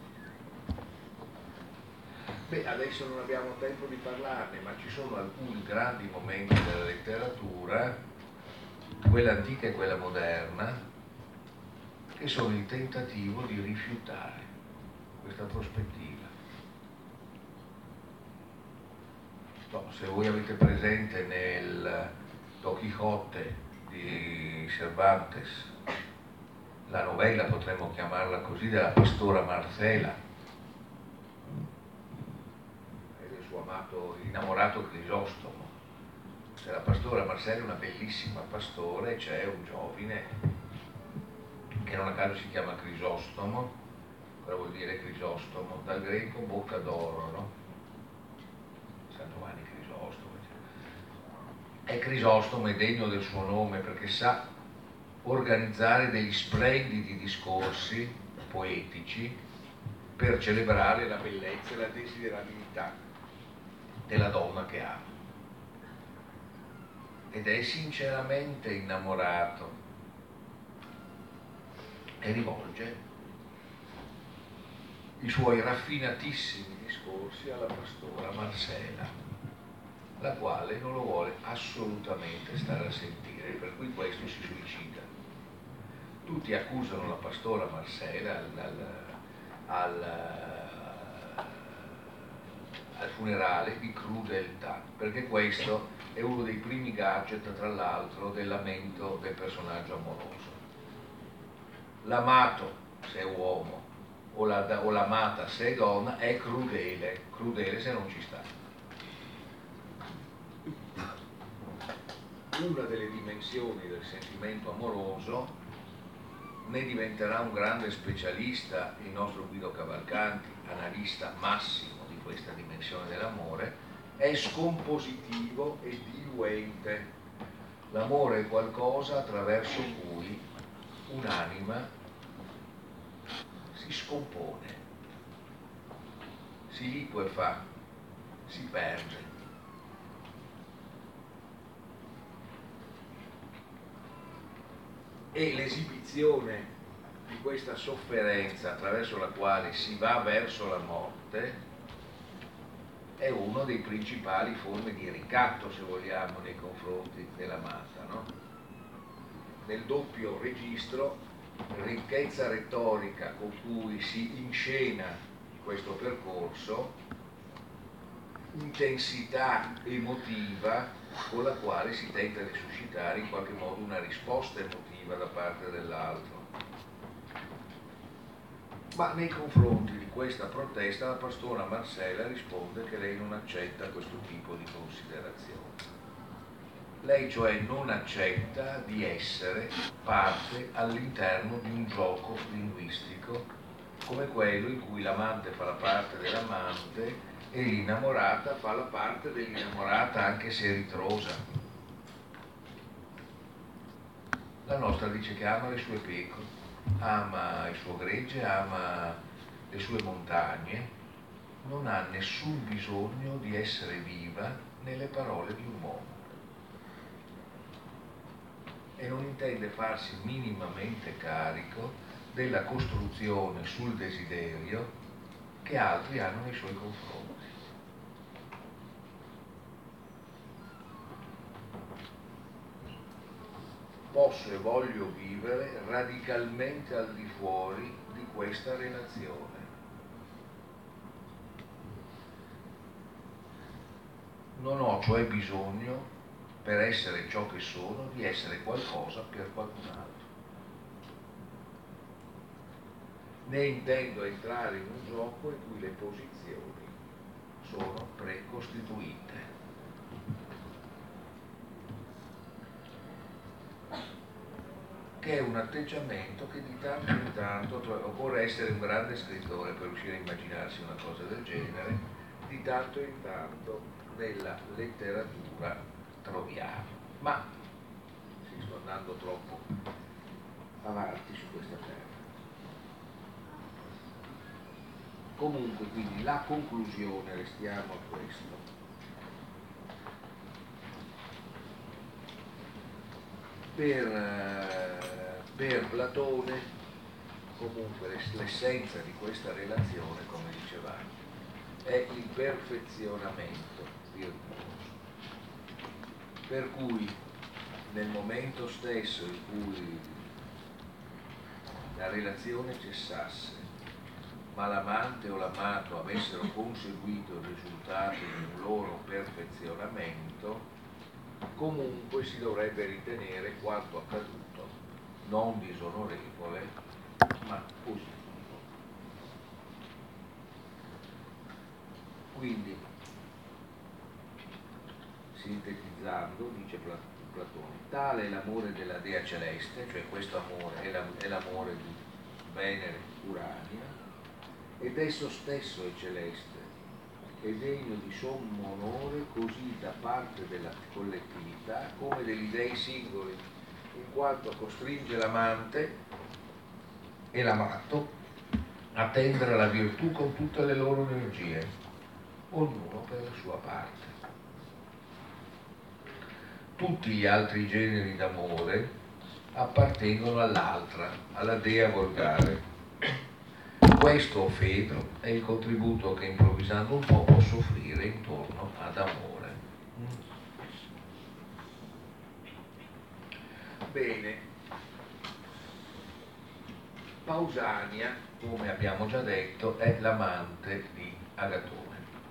Beh, adesso non abbiamo tempo di parlarne, ma ci sono alcuni grandi momenti della letteratura, quella antica e quella moderna, che sono il tentativo di rifiutare questa prospettiva. No, se voi avete presente nel Don Quixote di Cervantes, la novella, potremmo chiamarla così, della pastora Marcela e del suo amato, innamorato Crisostomo. C'è la pastora Marcela, una bellissima pastore, e c'è un giovine che non a caso si chiama Crisostomo. Cosa vuol dire Crisostomo? Dal greco bocca d'oro, no? San Giovanni Crisostomo. E Crisostomo è degno del suo nome perché sa organizzare degli splendidi discorsi poetici per celebrare la bellezza e la desiderabilità della donna che ama. Ed è sinceramente innamorato e rivolge i suoi raffinatissimi discorsi alla pastora Marcela, la quale non lo vuole assolutamente stare a sentire, per cui questo si suicida. tutti accusano la pastora Marcella al, al, al al funerale di crudeltà, perché questo è uno dei primi gadget, tra l'altro, del lamento del personaggio amoroso. L'amato, se è uomo, o, la, o l'amata, se è donna, è crudele, crudele se non ci sta. Una delle dimensioni del sentimento amoroso, ne diventerà un grande specialista il nostro Guido Cavalcanti, analista massimo di questa dimensione dell'amore, è scompositivo e diluente. L'amore è qualcosa attraverso cui un'anima si scompone, si liquefa, si perde. E l'esibizione di questa sofferenza attraverso la quale si va verso la morte è una dei principali forme di ricatto, se vogliamo, nei confronti dell'amata, no? Nel doppio registro, ricchezza retorica con cui si inscena questo percorso, intensità emotiva con la quale si tenta di suscitare in qualche modo una risposta emotiva da parte dell'altro. Ma nei confronti di questa protesta la pastora Marcella risponde che lei non accetta questo tipo di considerazione. Lei cioè non accetta di essere parte all'interno di un gioco linguistico come quello in cui l'amante fa la parte dell'amante e l'innamorata fa la parte dell'innamorata, anche se ritrosa. La nostra dice che ama le sue pecore, ama il suo gregge, ama le sue montagne, non ha nessun bisogno di essere viva nelle parole di un uomo e non intende farsi minimamente carico della costruzione sul desiderio che altri hanno nei suoi confronti. Posso e voglio vivere radicalmente al di fuori di questa relazione. Non ho cioè bisogno, per essere ciò che sono, di essere qualcosa per qualcun altro. Né intendo entrare in un gioco in cui le posizioni sono precostituite. Che è un atteggiamento che di tanto in tanto, cioè, occorre essere un grande scrittore per riuscire a immaginarsi una cosa del genere, di tanto in tanto nella letteratura troviamo. Ma sì, sto andando troppo avanti su questa terra. Comunque, quindi, la conclusione, restiamo a questo. Per, per Platone, comunque, l'essenza di questa relazione, come dicevamo, è il perfezionamento virtuoso. Per cui, nel momento stesso in cui la relazione cessasse, ma l'amante o l'amato avessero conseguito il risultato di un loro perfezionamento, comunque si dovrebbe ritenere quanto accaduto non disonorevole, ma positivo. Quindi, sintetizzando, dice Platone, tale è l'amore della Dea Celeste, cioè questo amore è l'amore di Venere Urania, ed esso stesso è celeste, è degno di sommo onore così da parte della collettività come degli dei singoli, in quanto costringe l'amante e l'amato a tendere alla virtù con tutte le loro energie, ognuno per la sua parte. Tutti gli altri generi d'amore appartengono all'altra, alla Dea volgare. Questo, Fedro, è il contributo che improvvisando un po' posso offrire intorno ad amore. Bene, Pausania, come abbiamo già detto, è l'amante di Agatone.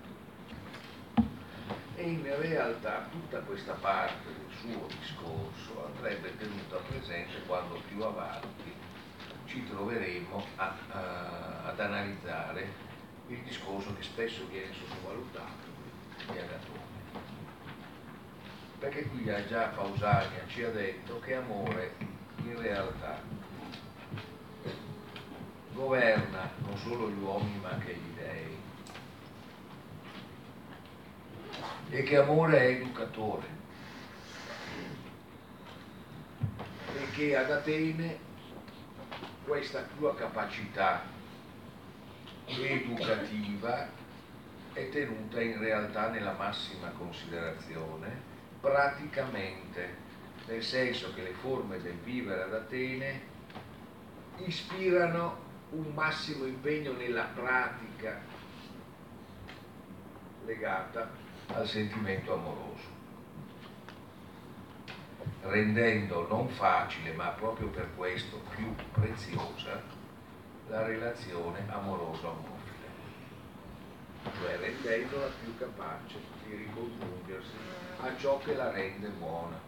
E in realtà tutta questa parte del suo discorso andrebbe tenuta presente quando più avanti ci troveremo a, a, ad analizzare il discorso che spesso viene sottovalutato di Agatone. Perché qui già Pausania ci ha detto che amore in realtà governa non solo gli uomini ma anche gli dei, e che amore è educatore, e che ad Atene questa sua capacità educativa è tenuta in realtà nella massima considerazione, praticamente, nel senso che le forme del vivere ad Atene ispirano un massimo impegno nella pratica legata al sentimento amoroso, rendendo non facile, ma proprio per questo più preziosa, la relazione amoroso-amorfile, cioè rendendola più capace di ricongiungersi a ciò che la rende buona.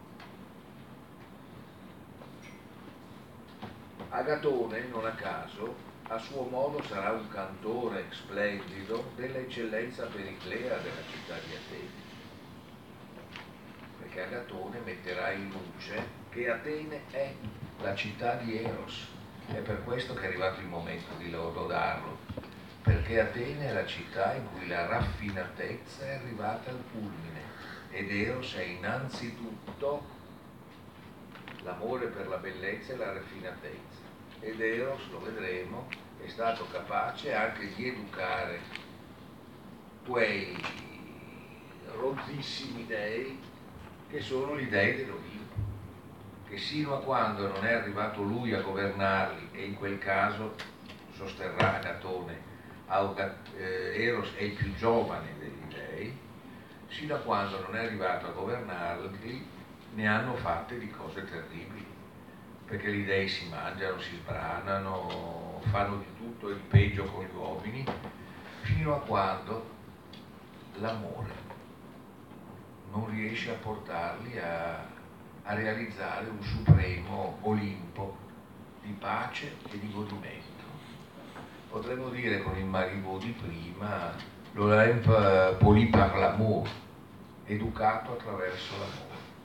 Agatone, non a caso, a suo modo sarà un cantore splendido dell'eccellenza periclea della città di Atene, perché Agatone metterà in luce che Atene è la città di Eros. È per questo che è arrivato il momento di lodarlo, perché Atene è la città in cui la raffinatezza è arrivata al culmine, ed Eros è innanzitutto l'amore per la bellezza e la raffinatezza. Ed Eros, lo vedremo, è stato capace anche di educare quei rozzissimi dei che sono gli dei dell'Olimpo, che sino a quando non è arrivato lui a governarli, e in quel caso sosterrà Agatone, Eros è il più giovane degli dei, sino a quando non è arrivato a governarli ne hanno fatte di cose terribili, perché gli dei si mangiano, si sbranano, fanno di tutto e di peggio con gli uomini, fino a quando l'amore non riesce a portarli a, a realizzare un supremo Olimpo di pace e di godimento. Potremmo dire con il Marivaux di prima, l'Olympe poli par l'amour, educato attraverso l'amore.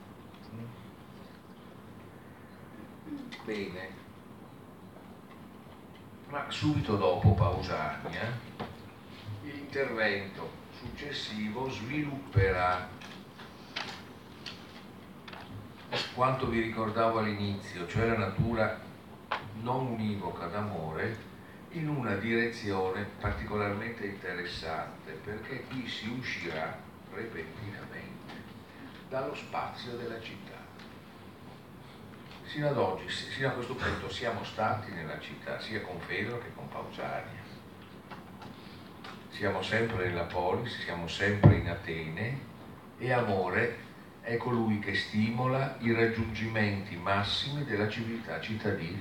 Bene, ma subito dopo Pausania l'intervento successivo svilupperà quanto vi ricordavo all'inizio, cioè la natura non univoca d'amore, in una direzione particolarmente interessante, perché qui si uscirà repentinamente dallo spazio della città. Sino ad oggi, sino a questo punto, siamo stati nella città, sia con Fedro che con Pausania. Siamo sempre nella polis, siamo sempre in Atene, e amore è colui che stimola i raggiungimenti massimi della civiltà cittadina.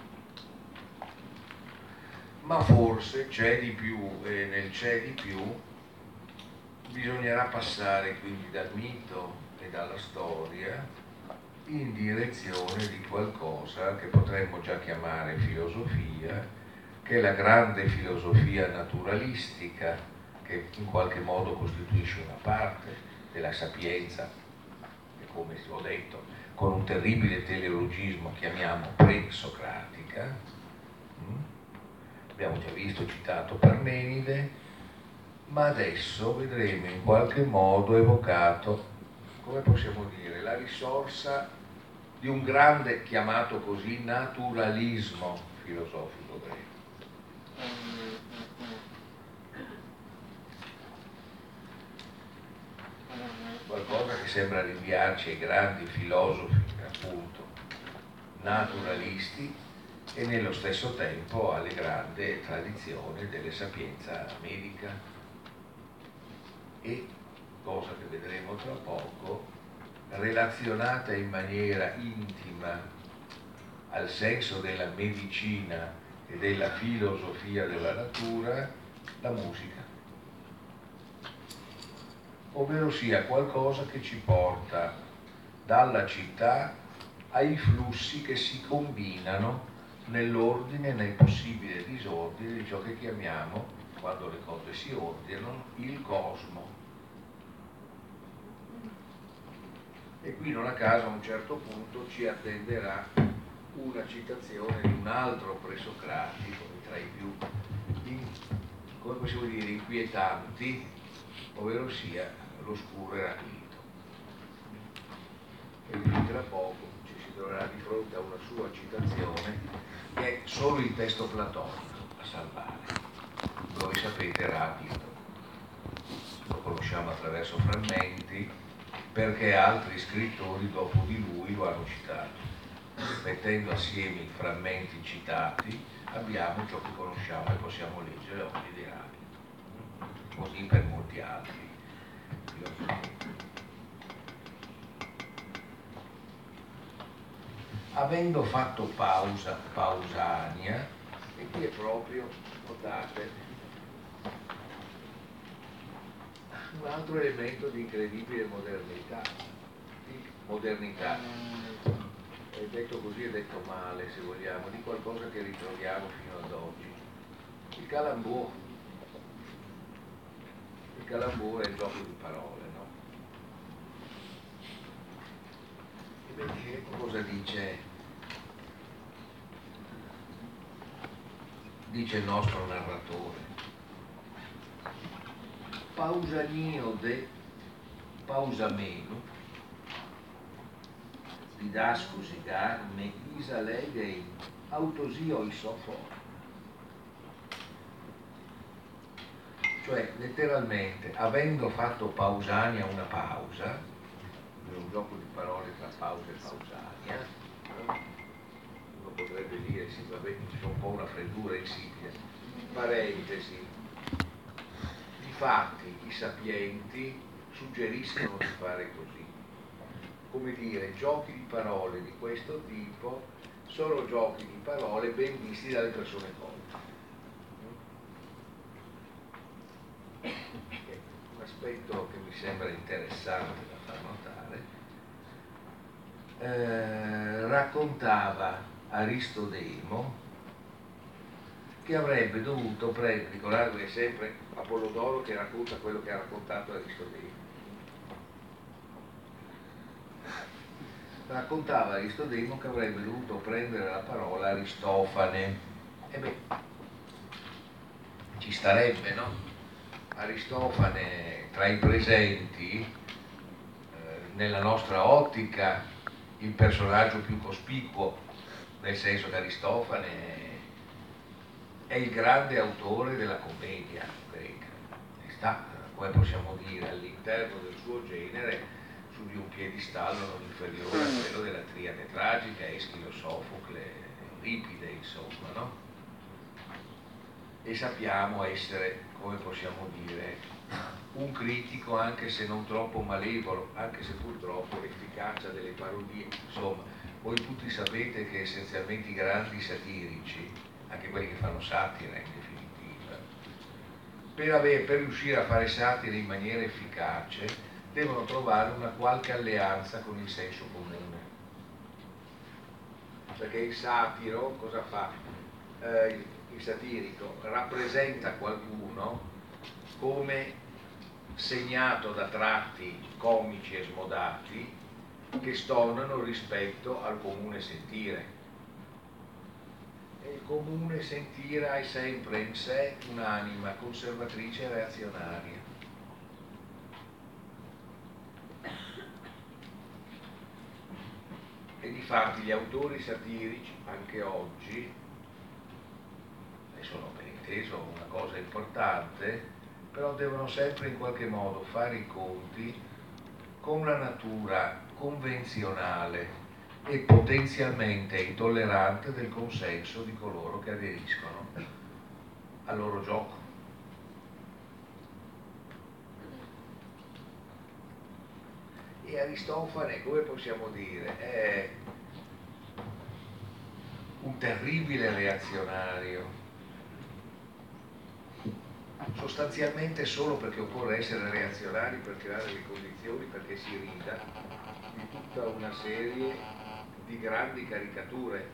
Ma forse c'è di più, e nel c'è di più bisognerà passare quindi dal mito e dalla storia in direzione di qualcosa che potremmo già chiamare filosofia, che è la grande filosofia naturalistica, che in qualche modo costituisce una parte della sapienza, che come ho detto, con un terribile teleologismo chiamiamo pre-socratica. Abbiamo già visto, citato Parmenide, ma adesso vedremo in qualche modo evocato, come possiamo dire, la risorsa di un grande, chiamato così, naturalismo filosofico greco. Qualcosa che sembra rinviarci ai grandi filosofi, appunto, naturalisti, e nello stesso tempo alle grandi tradizioni delle sapienza medica e, cosa che vedremo tra poco, relazionata in maniera intima al senso della medicina e della filosofia della natura, la musica, ovvero sia qualcosa che ci porta dalla città ai flussi che si combinano nell'ordine e nel possibile disordine di ciò che chiamiamo, quando le cose si ordinano, il cosmo. E qui non a caso a un certo punto ci attenderà una citazione di un altro presocratico, tra i più, in, come possiamo dire, inquietanti, ovvero sia l'oscuro Eraclito. E quindi tra poco ci si troverà di fronte a una sua citazione che è solo il testo platonico a salvare. Voi sapete, Eraclito lo conosciamo attraverso frammenti, perché altri scrittori dopo di lui lo hanno citato. Mettendo assieme i frammenti citati abbiamo ciò che conosciamo e possiamo leggere oggi di Eraclito, così per molti altri filosofi. Avendo fatto pausa, Pausania, e qui è proprio, notate, un altro elemento di incredibile modernità, di modernità, è detto così, è detto male se vogliamo, di qualcosa che ritroviamo fino ad oggi. Il calembour, il calembour è il gioco di parole, no? E vedete cosa dice, dice il nostro narratore. Pausanio de pausameno, didascus igar me isa legei autosio isofor. Cioè, letteralmente, avendo fatto Pausania una pausa, è un gioco di parole tra pausa e Pausania, uno potrebbe dire, sì, vabbè, c'è un po' una freddura insipida, parentesi, difatti i sapienti suggeriscono di fare così. Come dire, giochi di parole di questo tipo sono giochi di parole ben visti dalle persone colte. Un aspetto che mi sembra interessante da far notare. Eh, raccontava Aristodemo che avrebbe dovuto prendere, ricordate che è sempre Apollodoro che racconta quello che ha raccontato Aristodemo. Raccontava Aristodemo che avrebbe dovuto prendere la parola Aristofane. E beh, ci starebbe, no? Aristofane tra i presenti, eh, nella nostra ottica, il personaggio più cospicuo, nel senso che Aristofane è il grande autore della commedia greca. E sta, come possiamo dire, all'interno del suo genere, su di un piedistallo non inferiore a quello della triade tragica, Eschilo, Sofocle, Euripide, insomma, no? E sappiamo essere, come possiamo dire, un critico anche se non troppo malevolo, anche se purtroppo l'efficacia delle parodie, insomma, voi tutti sapete che essenzialmente i grandi satirici, anche quelli che fanno satira in definitiva, per, avere, per riuscire a fare satira in maniera efficace, devono trovare una qualche alleanza con il senso comune. Perché il satiro cosa fa? Eh, il satirico rappresenta qualcuno come segnato da tratti comici e smodati che stonano rispetto al comune sentire. E il comune sentire ha sempre in sé un'anima conservatrice e reazionaria. E difatti gli autori satirici, anche oggi, e sono per inteso una cosa importante, però devono sempre in qualche modo fare i conti con la natura convenzionale e potenzialmente intollerante del consenso di coloro che aderiscono al loro gioco. E Aristofane, come possiamo dire, è, un terribile reazionario, sostanzialmente solo perché occorre essere reazionari per creare le condizioni perché si rida di tutta una serie di grandi caricature.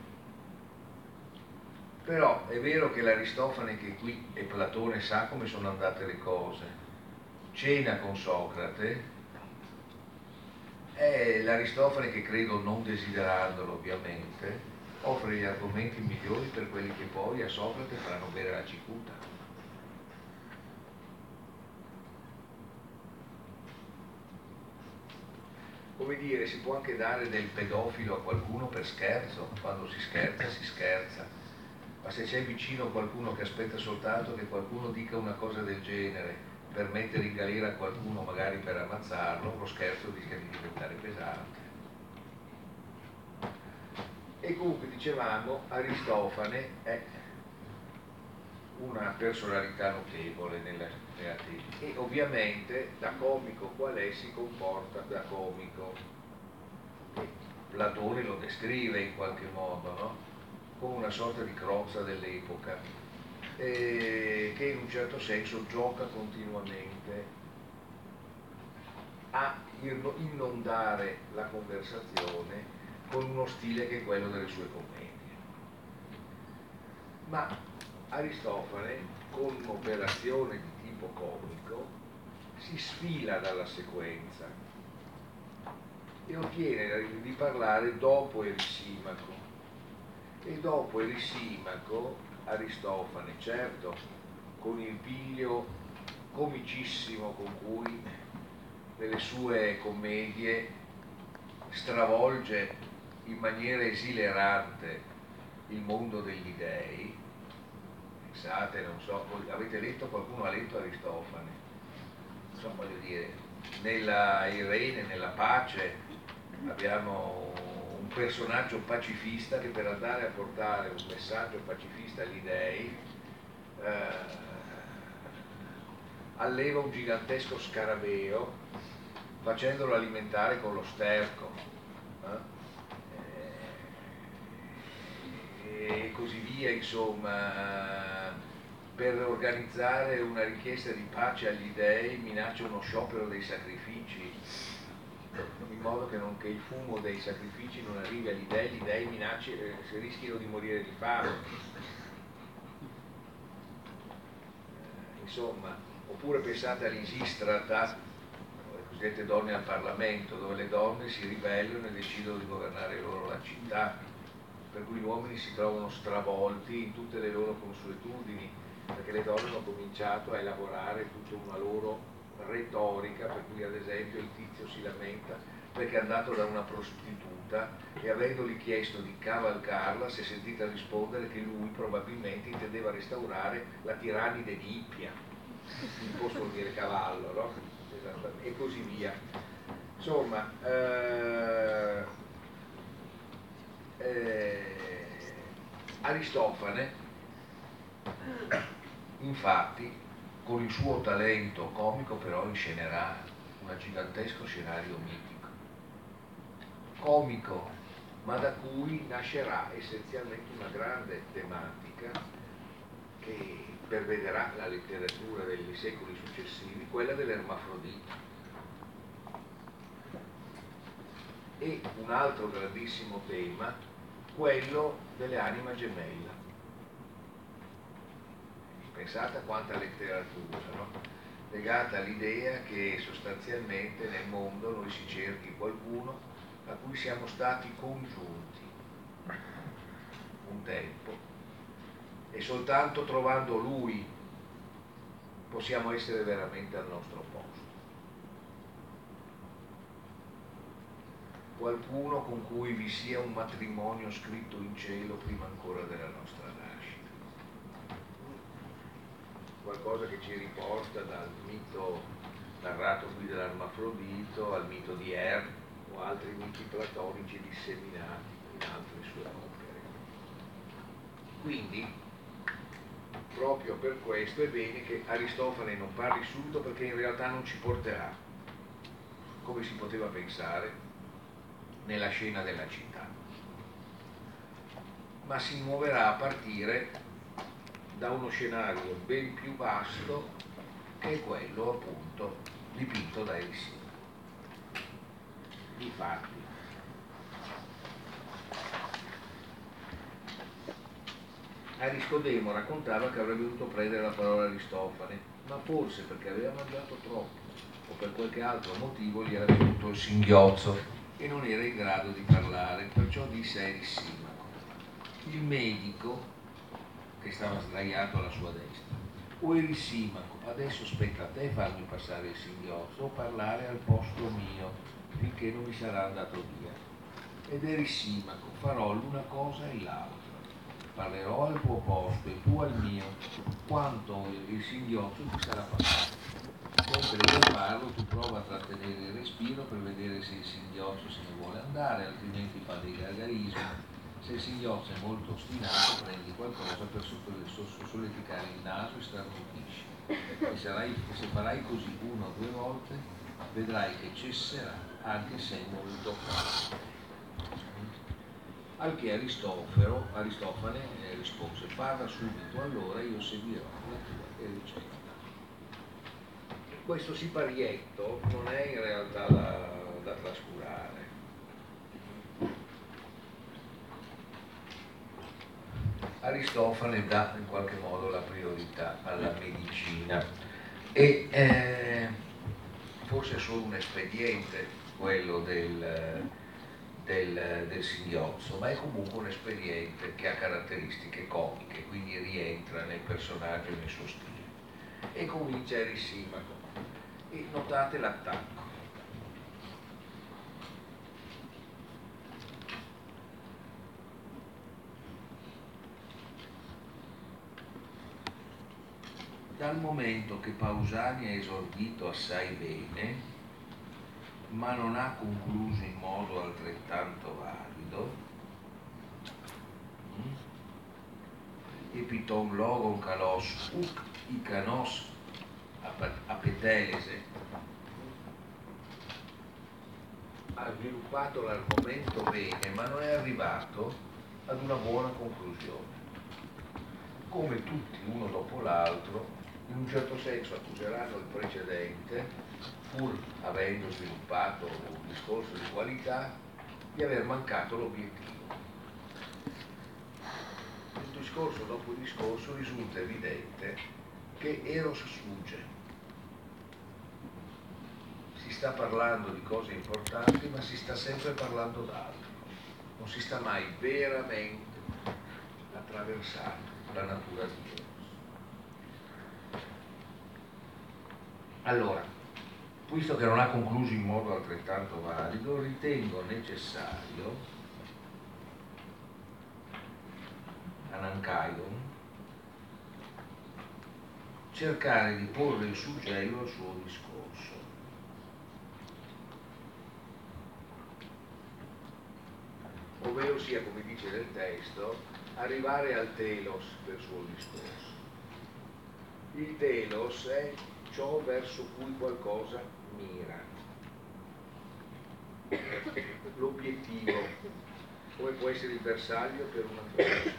Però è vero che l'Aristofane che qui e Platone sa come sono andate le cose, cena con Socrate, è l'Aristofane che, credo non desiderandolo ovviamente, offre gli argomenti migliori per quelli che poi a Socrate faranno bere la cicuta. Come dire, si può anche dare del pedofilo a qualcuno per scherzo, quando si scherza si scherza, ma se c'è vicino qualcuno che aspetta soltanto che qualcuno dica una cosa del genere per mettere in galera qualcuno, magari per ammazzarlo, lo scherzo rischia di diventare pesante. E comunque dicevamo, Aristofane è una personalità notevole nella creatività e ovviamente da comico qual è si comporta da comico. E Platone lo descrive in qualche modo, no? Come una sorta di Crozza dell'epoca, eh, che in un certo senso gioca continuamente a inondare la conversazione con uno stile che è quello delle sue commedie. Ma Aristofane, con un'operazione di tipo comico, si sfila dalla sequenza e ottiene di parlare dopo Erisimaco. E dopo Erisimaco, Aristofane, certo, con il piglio comicissimo con cui nelle sue commedie stravolge in maniera esilerante il mondo degli dei. Pensate, non so, voi avete letto, qualcuno ha letto Aristofane? Non so, voglio dire, nella Irene, nella Pace, abbiamo un personaggio pacifista che per andare a portare un messaggio pacifista agli dei eh, alleva un gigantesco scarabeo facendolo alimentare con lo sterco eh? E così via, insomma. Per organizzare una richiesta di pace agli dei minaccia uno sciopero dei sacrifici, in modo che, non, che il fumo dei sacrifici non arrivi agli dei, gli dei minacci, eh, si rischino di morire di fame. Eh, insomma, oppure pensate all'Isistrata, le cosiddette donne al Parlamento, dove le donne si ribellano e decidono di governare loro la città, per cui gli uomini si trovano stravolti in tutte le loro consuetudini, perché le donne hanno cominciato a elaborare tutta una loro retorica, per cui ad esempio il tizio si lamenta perché è andato da una prostituta e avendogli chiesto di cavalcarla si è sentita rispondere che lui probabilmente intendeva restaurare la tirannide di Ippia, il posto vuol dire cavallo, no? E così via. Insomma, eh, eh, Aristofane infatti con il suo talento comico però inscenerà un gigantesco scenario mitico, comico, ma da cui nascerà essenzialmente una grande tematica che pervederà la letteratura dei secoli successivi, quella dell'ermafrodita. E un altro grandissimo tema, quello delle anime gemelle. Pensate a quanta letteratura, no? Legata all'idea che sostanzialmente nel mondo noi si cerchi qualcuno a cui siamo stati congiunti un tempo e soltanto trovando lui possiamo essere veramente al nostro posto. Qualcuno con cui vi sia un matrimonio scritto in cielo prima ancora della nostra nascita. Qualcosa che ci riporta dal mito narrato qui dell'Armafrodito al mito di Er o altri miti platonici disseminati in altre sue opere. Quindi, proprio per questo è bene che Aristofane non parli subito, perché in realtà non ci porterà, come si poteva pensare, nella scena della città. ma si muoverà a partire da uno scenario ben più vasto, che è quello appunto dipinto da Erisima. Difatti Aristodemo raccontava che avrebbe dovuto prendere la parola Aristofane, ma forse perché aveva mangiato troppo o per qualche altro motivo gli era venuto il singhiozzo e non era in grado di parlare, perciò disse a Erisimaco, il medico che stava sdraiato alla sua destra: o Erisimaco, adesso spetta a te farmi passare il singhiozzo o parlare al posto mio finché non mi sarà andato via. Ed Erisimaco, farò l'una cosa e l'altra, parlerò al tuo posto e tu al mio, quanto il singhiozzo ti sarà passato. Mentre io parlo, tu prova a trattenere il respiro per vedere se il singhiozzo se ne vuole andare, altrimenti fa dei gargarismi. Se il singhiozzo è molto ostinato, prendi qualcosa per solleticare il naso e starnutisci. E sarai, se farai così una o due volte, vedrai che cesserà, anche se è molto forte. Al che Aristofero, Aristofane eh, rispose: parla subito, allora io seguirò la tua ricetta. Questo siparietto non è in realtà da, da trascurare. Aristofane dà in qualche modo la priorità alla medicina e eh, forse è solo un espediente quello del, del, del singhiozzo, ma è comunque un espediente che ha caratteristiche comiche, quindi rientra nel personaggio e nel suo stile. E comincia Erisimaco. E notate l'attacco. Dal momento che Pausania ha esordito assai bene, ma non ha concluso in modo altrettanto valido, epiton logon kalos uc ikanos apetelese, ha sviluppato l'argomento bene, ma non è arrivato ad una buona conclusione. Come tutti, uno dopo l'altro, in un certo senso accuseranno il precedente, pur avendo sviluppato un discorso di qualità, di aver mancato l'obiettivo. Il discorso dopo il discorso risulta evidente che Eros sfugge. Si sta parlando di cose importanti, ma si sta sempre parlando d'altro. Non si sta mai veramente attraversando la natura di Eros. Allora, visto che non ha concluso in modo altrettanto valido, ritengo necessario, Anankaion, cercare di porre il suggello al suo discorso. Ovvero sia, come dice nel testo, arrivare al telos del suo discorso. Il telos è ciò verso cui qualcosa mira, l'obiettivo, come può essere il bersaglio per una cosa.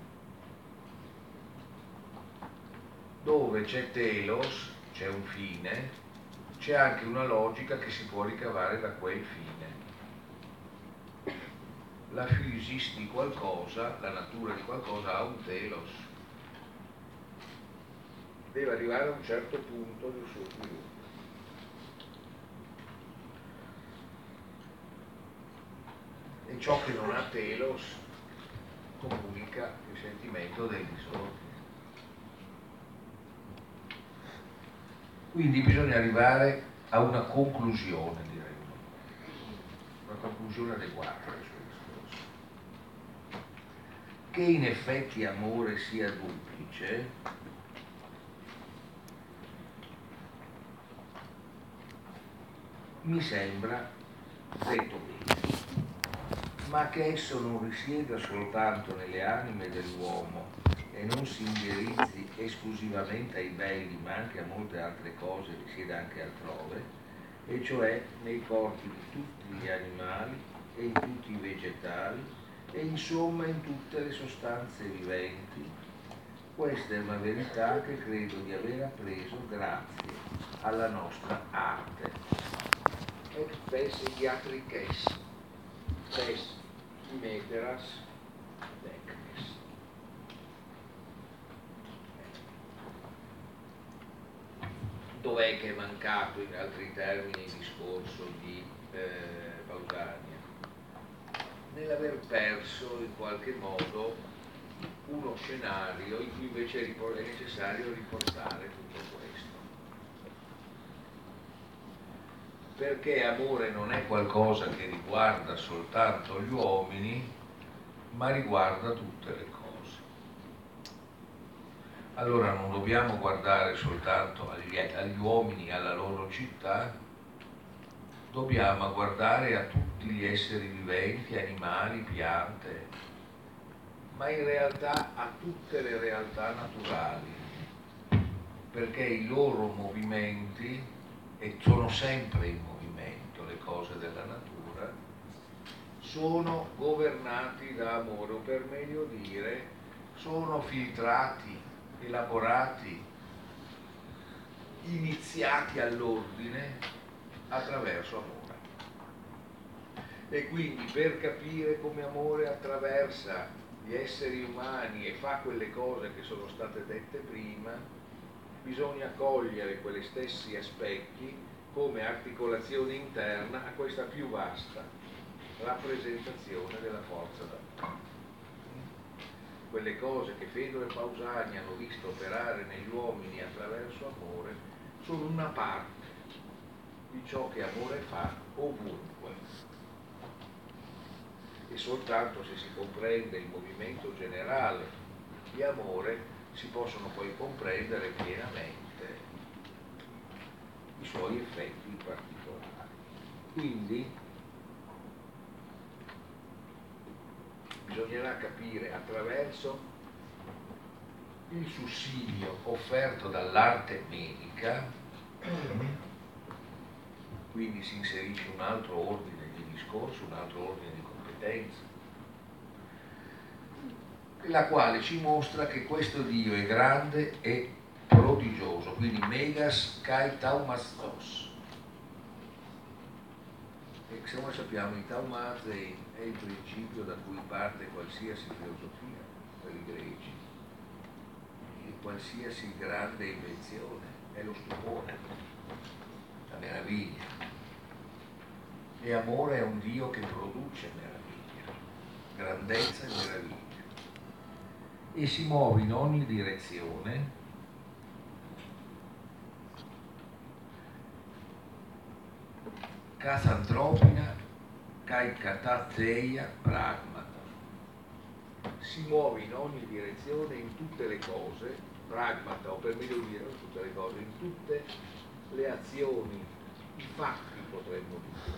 Dove c'è telos, c'è un fine, c'è anche una logica che si può ricavare da quel fine. La physis di qualcosa, la natura di qualcosa ha un telos. Deve arrivare a un certo punto del suo sviluppo. E ciò che non ha telos comunica il sentimento del disordine. Quindi bisogna arrivare a una conclusione, direi, una conclusione adeguata al suo discorso. Che in effetti amore sia duplice, mi sembra detto bene, ma che esso non risieda soltanto nelle anime dell'uomo e non si indirizzi esclusivamente ai belli, ma anche a molte altre cose, risieda anche altrove, e cioè nei corpi di tutti gli animali e in tutti i vegetali e insomma in tutte le sostanze viventi. Questa è una verità che credo di aver appreso grazie alla nostra arte. Et pes iatrices, pes meteras decnes. Dov'è che è mancato, in altri termini, il discorso di eh, Pausania? Nell'aver perso in qualche modo uno scenario in cui invece è necessario riportare tutto questo. Perché amore non è qualcosa che riguarda soltanto gli uomini, ma riguarda tutte le cose. Allora non dobbiamo guardare soltanto agli, agli uomini e alla loro città, dobbiamo guardare a tutti gli esseri viventi, animali, piante, ma in realtà a tutte le realtà naturali, perché i loro movimenti, e sono sempre in movimento le cose della natura, sono governati da amore, o per meglio dire, sono filtrati, elaborati, iniziati all'ordine attraverso amore. E quindi per capire come amore attraversa gli esseri umani e fa quelle cose che sono state dette prima, bisogna cogliere quegli stessi aspetti come articolazione interna a questa più vasta rappresentazione della forza d'amore. Quelle cose che Fedro e Pausania hanno visto operare negli uomini attraverso amore sono una parte di ciò che amore fa ovunque, e soltanto se si comprende il movimento generale di amore si possono poi comprendere pienamente i suoi effetti in particolare. Quindi bisognerà capire attraverso il sussidio offerto dall'arte medica, quindi si inserisce un altro ordine di discorso, un altro ordine di competenze, la quale ci mostra che questo Dio è grande e prodigioso, quindi megas kai taumastos. E se noi sappiamo, il taumazei è il principio da cui parte qualsiasi filosofia per i greci, e qualsiasi grande invenzione è lo stupore, la meraviglia. E amore è un Dio che produce meraviglia, grandezza e meraviglia, e si muove in ogni direzione Cathantropina kai katatheia pragmata. Si muove in ogni direzione, in tutte le cose, pragmata, o per meglio dire in tutte le cose, in tutte le azioni, i fatti potremmo dire.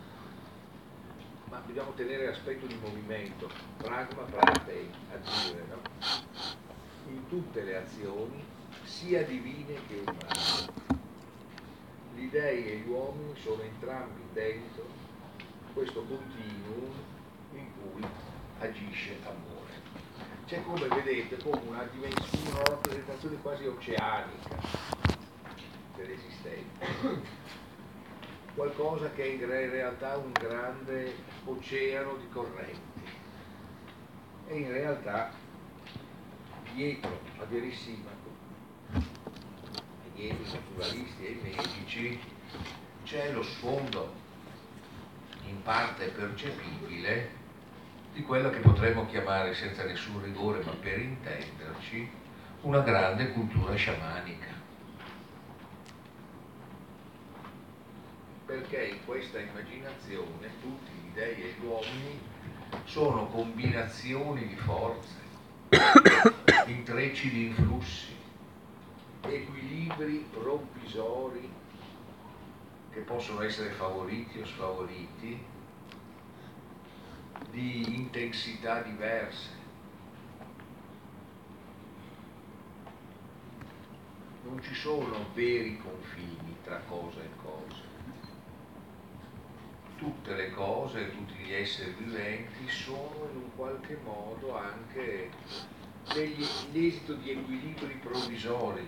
Ma dobbiamo tenere l'aspetto di movimento, pragma, pragmatei, agire, no? In tutte le azioni, sia divine che umane. Gli dei e gli uomini sono entrambi dentro questo continuum in cui agisce amore. C'è, come vedete, come una dimensione, una rappresentazione quasi oceanica dell'esistenza, qualcosa che è in realtà un grande oceano di correnti, e in realtà dietro a Verissima, dietro i naturalisti e i medici, c'è lo sfondo in parte percepibile di quello che potremmo chiamare, senza nessun rigore ma per intenderci, una grande cultura sciamanica. Perché in questa immaginazione tutti gli dei e gli uomini sono combinazioni di forze, intrecci di influssi, equilibri provvisori che possono essere favoriti o sfavoriti, di intensità diverse. Non ci sono veri confini tra cosa e cosa. tutte le cose, tutti gli esseri viventi sono in un qualche modo anche degli, l'esito di equilibri provvisori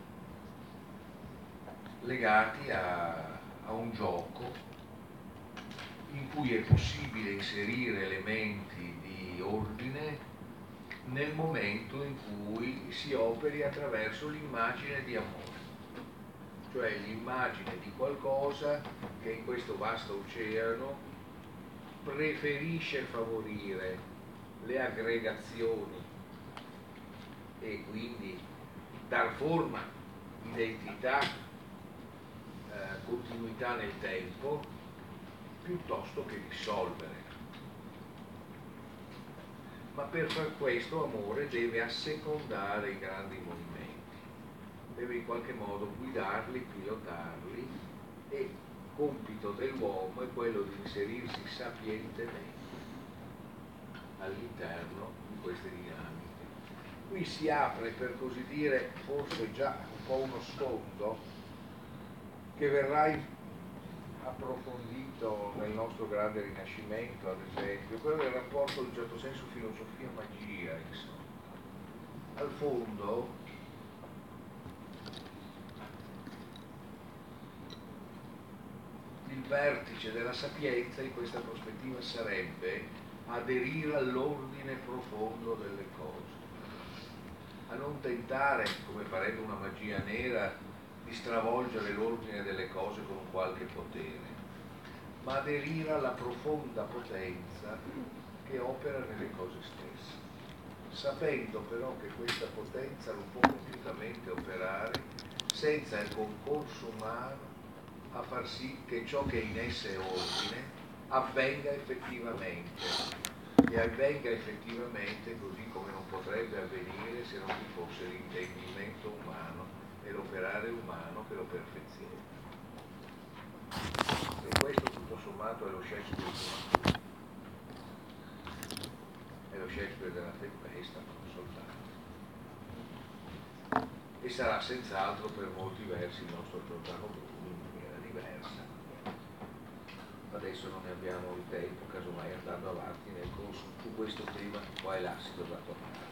legati a, a un gioco in cui è possibile inserire elementi di ordine nel momento in cui si operi attraverso l'immagine di amore, cioè l'immagine di qualcosa che in questo vasto oceano preferisce favorire le aggregazioni e quindi dar forma, identità, eh, continuità nel tempo, piuttosto che dissolvere. Ma per far questo amore deve assecondare i grandi movimenti, deve in qualche modo guidarli, pilotarli, e compito dell'uomo è quello di inserirsi sapientemente all'interno di queste dinamiche. Qui si apre, per così dire, forse già un po' uno sfondo che verrà approfondito nel nostro grande Rinascimento, ad esempio, quello del rapporto in un certo senso filosofia-magia, insomma. Al fondo il vertice della sapienza in questa prospettiva sarebbe aderire all'ordine profondo delle cose, a non tentare, come farebbe una magia nera, di stravolgere l'ordine delle cose con qualche potere, ma aderire alla profonda potenza che opera nelle cose stesse, sapendo però che questa potenza non può compiutamente operare senza il concorso umano a far sì che ciò che in esse è ordine avvenga effettivamente, e avvenga effettivamente così come non potrebbe avvenire se non vi fosse l'intendimento umano e l'operare umano che lo perfeziona. E questo tutto sommato è lo Shakespeare, è lo Shakespeare della tempesta, ma non soltanto. E sarà senz'altro per molti versi il nostro Giordano Bruno in maniera diversa. Adesso non ne abbiamo il tempo, casomai andando avanti nel corso su questo tema qua e là si dovrà tornare.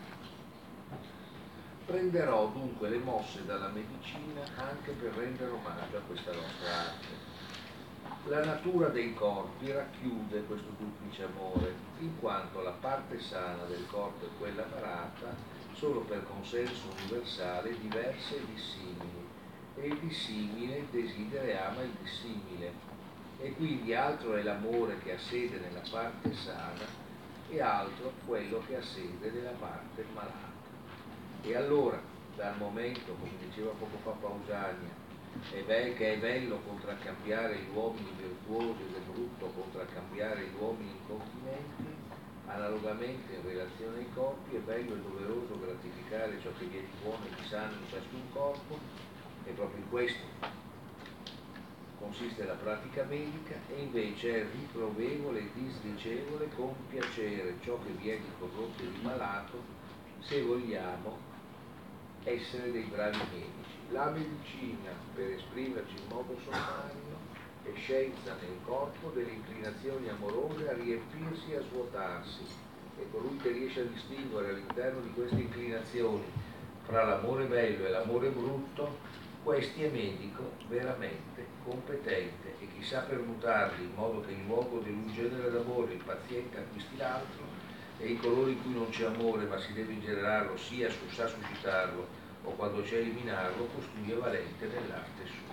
Prenderò dunque le mosse dalla medicina anche per rendere omaggio a questa nostra arte. La natura dei corpi racchiude questo duplice amore, in quanto la parte sana del corpo e quella malata sono per consenso universale diverse e dissimili, e il dissimile desidera e ama il dissimile, e quindi altro è l'amore che ha sede nella parte sana e altro quello che ha sede nella parte malata. E allora, dal momento, come diceva poco fa Pausania, è be- che è bello contraccambiare gli uomini virtuosi ed è brutto contraccambiare gli uomini incontinenti, analogamente in relazione ai corpi è bello e doveroso gratificare ciò che vi è di buono e di sano in ciascun corpo, e proprio in questo consiste la pratica medica, e invece è riprovevole e disdicevole compiacere ciò che vi è di corrotto e di malato, se vogliamo essere dei bravi medici. La medicina, per esprimerci in modo sommario, è scienza nel corpo delle inclinazioni amorose a riempirsi e a svuotarsi, e colui che riesce a distinguere all'interno di queste inclinazioni fra l'amore bello e l'amore brutto, questi è medico veramente competente, e chi sa permutarli in modo che in luogo di un genere d'amore il paziente acquisti l'altro, e in coloro in cui non c'è amore ma si deve ingenerarlo, sia su, sa suscitarlo o quando c'è eliminarlo, costui è valente nell'arte sua.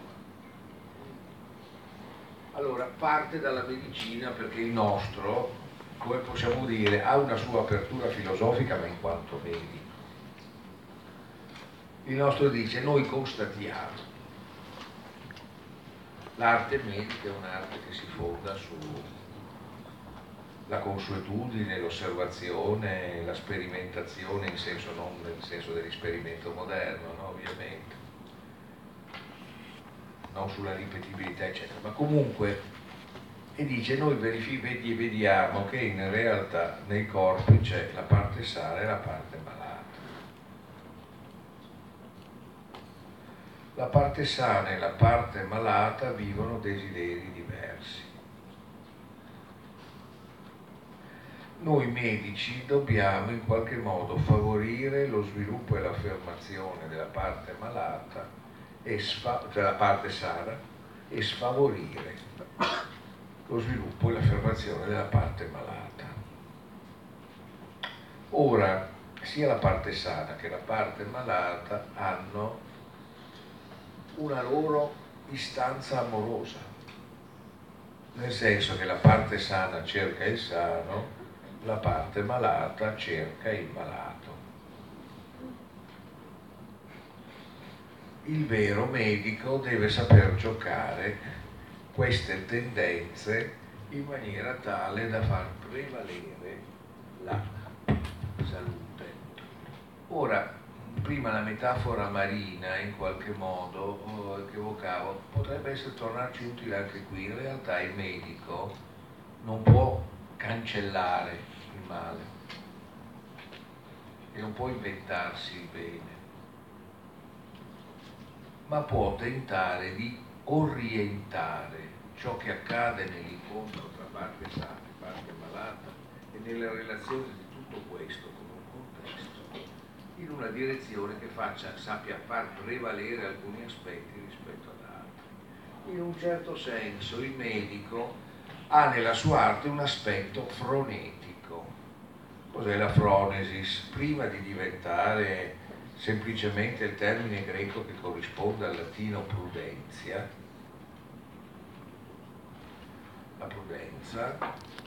Allora, parte dalla medicina perché il nostro, come possiamo dire, ha una sua apertura filosofica, ma in quanto medico. Il nostro dice, noi constatiamo. L'arte medica è un'arte che si fonda sulla consuetudine, l'osservazione, la sperimentazione, in senso non nel senso dell'esperimento moderno, no? Ovviamente, non sulla ripetibilità, eccetera, ma comunque, e dice, noi verifichiamo, vediamo che in realtà nei corpi c'è la parte sana e la parte malata. La parte sana e la parte malata vivono desideri diversi. noi medici dobbiamo in qualche modo favorire lo sviluppo e l'affermazione della parte malata, e della parte sana, e sfavorire lo sviluppo e l'affermazione della parte malata. Ora, sia la parte sana che la parte malata hanno una loro istanza amorosa, nel senso che la parte sana cerca il sano, la parte malata cerca il malato. Il vero medico deve saper giocare queste tendenze in maniera tale da far prevalere la salute. Ora, prima la metafora marina in qualche modo che evocavo potrebbe essere tornarci utile anche qui. In realtà il medico non può cancellare il male e non può inventarsi il bene, ma può tentare di orientare ciò che accade nell'incontro tra parte sana e parte malata e nelle relazioni di tutto questo con un contesto in una direzione che faccia, sappia far prevalere alcuni aspetti rispetto ad altri. In un certo senso il medico ha nella sua arte un aspetto fronetico. Cos'è la fronesis? Prima di diventare semplicemente il termine greco che corrisponde al latino prudentia, la prudenza,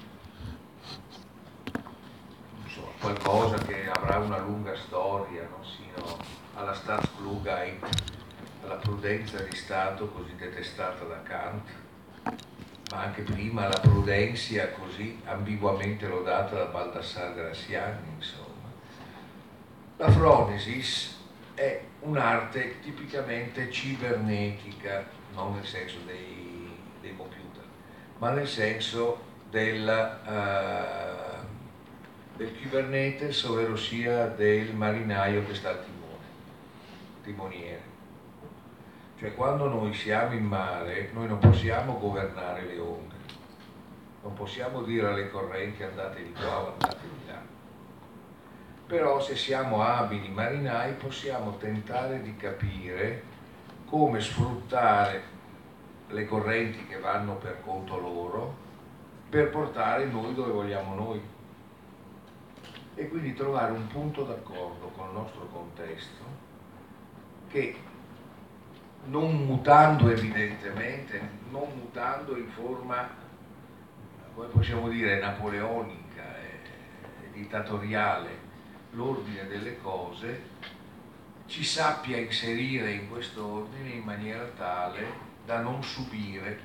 non so, qualcosa che avrà una lunga storia, no? Sino alla Staatsklugheit, alla prudenza di Stato così detestata da Kant, ma anche prima alla prudentia così ambiguamente lodata da Baldassare Graziani, insomma. La fronesis è un'arte tipicamente cibernetica, non nel senso dei, dei computer, ma nel senso del, uh, del Kubernetes, ovvero sia del marinaio che sta al timone, timoniere. Cioè, quando noi siamo in mare, noi non possiamo governare le onde, non possiamo dire alle correnti andate di qua o andate di là. Però se siamo abili marinai possiamo tentare di capire come sfruttare le correnti che vanno per conto loro per portare noi dove vogliamo noi, e quindi trovare un punto d'accordo con il nostro contesto che, non mutando evidentemente, non mutando in forma, come possiamo dire, napoleonica e dittatoriale l'ordine delle cose, ci sappia inserire in questo ordine in maniera tale da non subire,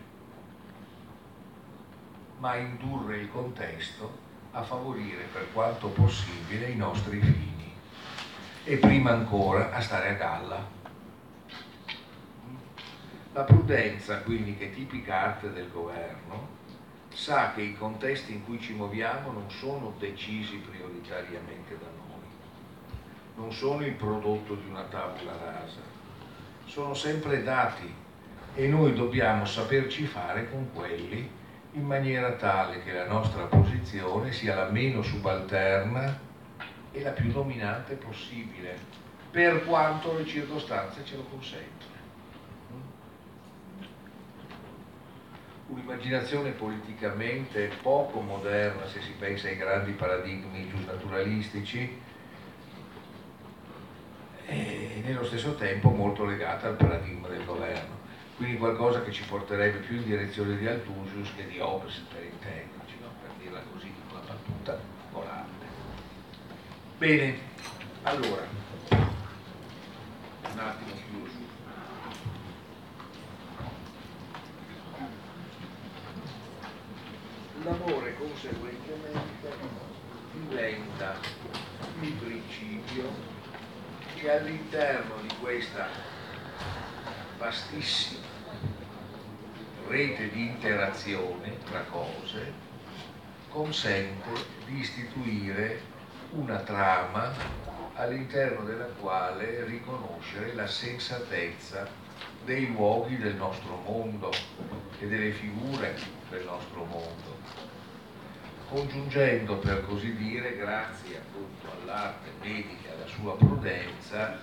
ma indurre il contesto a favorire per quanto possibile i nostri fini e prima ancora a stare a galla. La prudenza, quindi, che è tipica arte del governo, sa che i contesti in cui ci muoviamo non sono decisi prioritariamente da noi, non sono il prodotto di una tabula rasa, sono sempre dati e noi dobbiamo saperci fare con quelli in maniera tale che la nostra posizione sia la meno subalterna e la più dominante possibile, per quanto le circostanze ce lo consentono. Un'immaginazione politicamente poco moderna, se si pensa ai grandi paradigmi giusnaturalistici, e nello stesso tempo molto legata al paradigma del governo, quindi qualcosa che ci porterebbe più in direzione di Althusius che di Hobbes, per intenderci, no? Per dirla così, con una battuta volante. Bene, allora, un attimo chiudo su. L'amore conseguentemente diventa il principio che all'interno di questa vastissima rete di interazione tra cose consente di istituire una trama all'interno della quale riconoscere la sensatezza dei luoghi del nostro mondo e delle figure del nostro mondo. congiungendo, per così dire, grazie appunto all'arte medica e alla sua prudenza,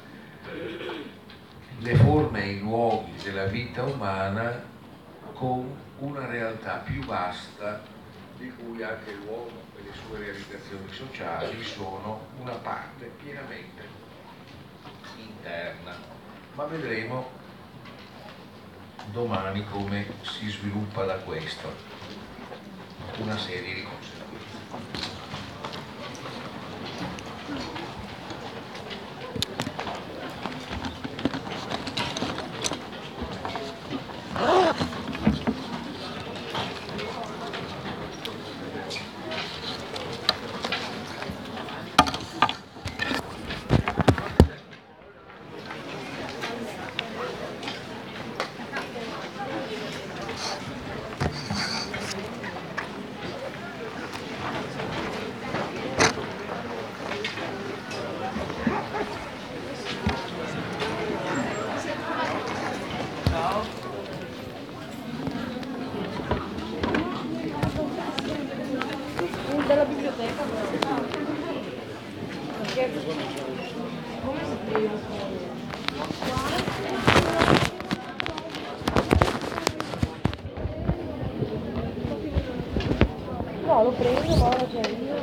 le forme e i luoghi della vita umana con una realtà più vasta di cui anche l'uomo e le sue realizzazioni sociali sono una parte pienamente interna. Ma vedremo domani come si sviluppa da questo una serie di conseguenze. Della biblioteca, perché come si scrive? No, l'ho preso, ma ora c'è io.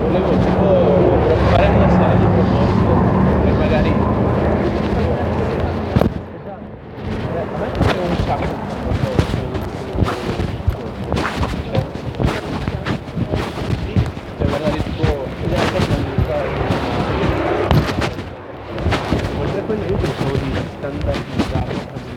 volevo tipo fare una serie di proposte e magari a me piace un sacco cioè magari tipo oltre a quello io pensavo di standardizzarlo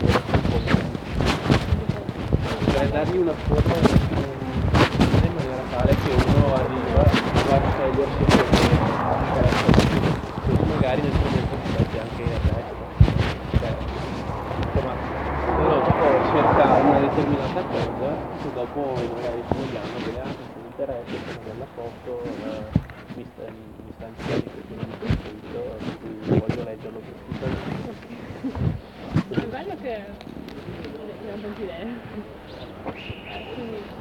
cioè dargli una forma in maniera tale che uno arriva a scegliersi quello che interessa così magari nel momento si mette anche il resto cioè insomma uno dopo cerca una determinata cosa e dopo magari ci vogliamo che ah questo mi interessa questa bella foto eh, mi sta mi sta insieme questo non mi scritto quindi voglio leggerlo per tutta la vita È bello che abbiamo tante idee.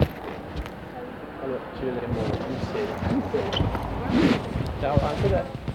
allora ci vedremo in sera ciao anche da